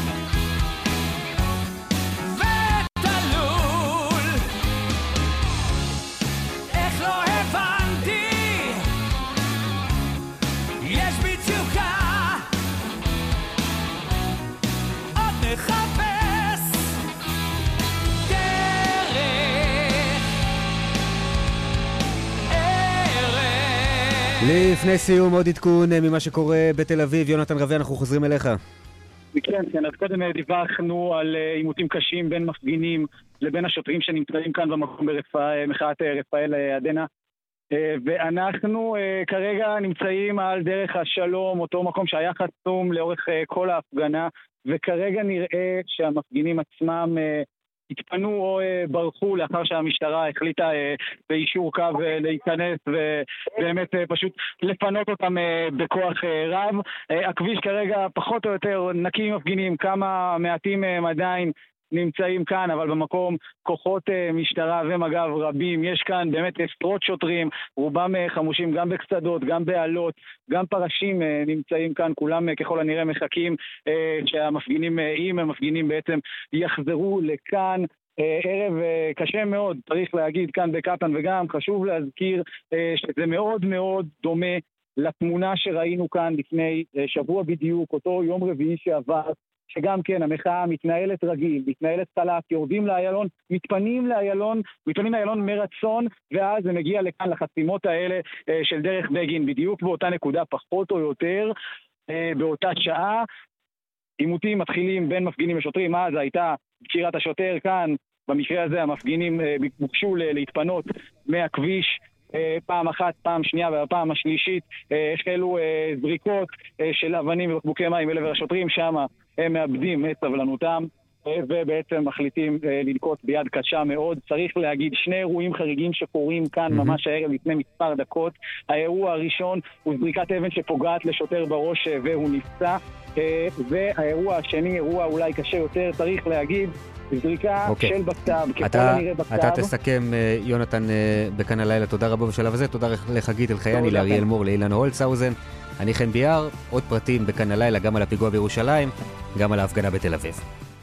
לפני סיום עוד עדכון ממה שקורה בתל אביב. יונתן רווה, אנחנו חוזרים אליך. כן, אז קודם דיווחנו על עימותים קשים בין מפגינים לבין השוטרים שנמצאים כאן במקום במחאת רפאל עדנה, ואנחנו כרגע נמצאים על דרך השלום, אותו מקום שהיה חסום לאורך כל ההפגנה, וכרגע נראה שהמפגינים עצמם התפנו או ברחו לאחר שהמשטרה החליטה באישור קו להיכנס ובאמת פשוט לפנות אותם בכוח רב. הכביש כרגע פחות או יותר נקי מפגינים, כמה מעטים הם עדיין נמצאים כאן, אבל במקום כוחות משטרה ומג"ב רבים. יש כאן באמת עשרות שוטרים, רובם חמושים גם בקסדות, גם בעלות, גם פרשים נמצאים כאן, כולם ככל הנראה מחכים שהמפגינים, אם המפגינים בעצם יחזרו לכאן. ערב קשה מאוד, צריך להגיד, כאן בקטן, וגם חשוב להזכיר שזה מאוד מאוד דומה לתמונה שראינו כאן לפני שבוע בדיוק, אותו יום רביעי שעבר, שגם כן המחאה מתנהלת רגיל, מתנהלת חלק, יורדים לאיילון, מתפנים לאיילון מרצון, ואז זה מגיע לכאן לחסימות האלה של דרך בגין, בדיוק באותה נקודה פחות או יותר, באותה שעה. עימותים מתחילים בין מפגינים ושוטרים, אז הייתה דקירת השוטר כאן, במקרה הזה המפגינים ביקשו להתפנות מהכביש, פעם אחת, פעם שנייה והפעם השלישית החלו זריקות של אבנים ובקבוקי מים לעבר השוטרים, שם הם מאבדים את סבלנותם ובעצם מחליטים לנקוט ביד קשה מאוד. צריך להגיד שני אירועים חריגים שקורים כאן ממש הערב לפני מספר דקות. האירוע הראשון הוא זריקת אבן שפוגעת לשוטר בראש והוא נפצע, והאירוע השני, אירוע אולי קשה יותר, צריך להגיד, זריקה של בכתב, ככל הנראה בכתב. אתה תסכם, יונתן, בכאן הלילה. תודה רבה בשלב הזה, תודה לחגית אלחייני, לאריאל מור, לאילן הולצהאוזן. אני חן ביאר, עוד פרטים בכאן הלילה, גם על הפיגוע בירושלים, גם על ההפגנה בתל אביב.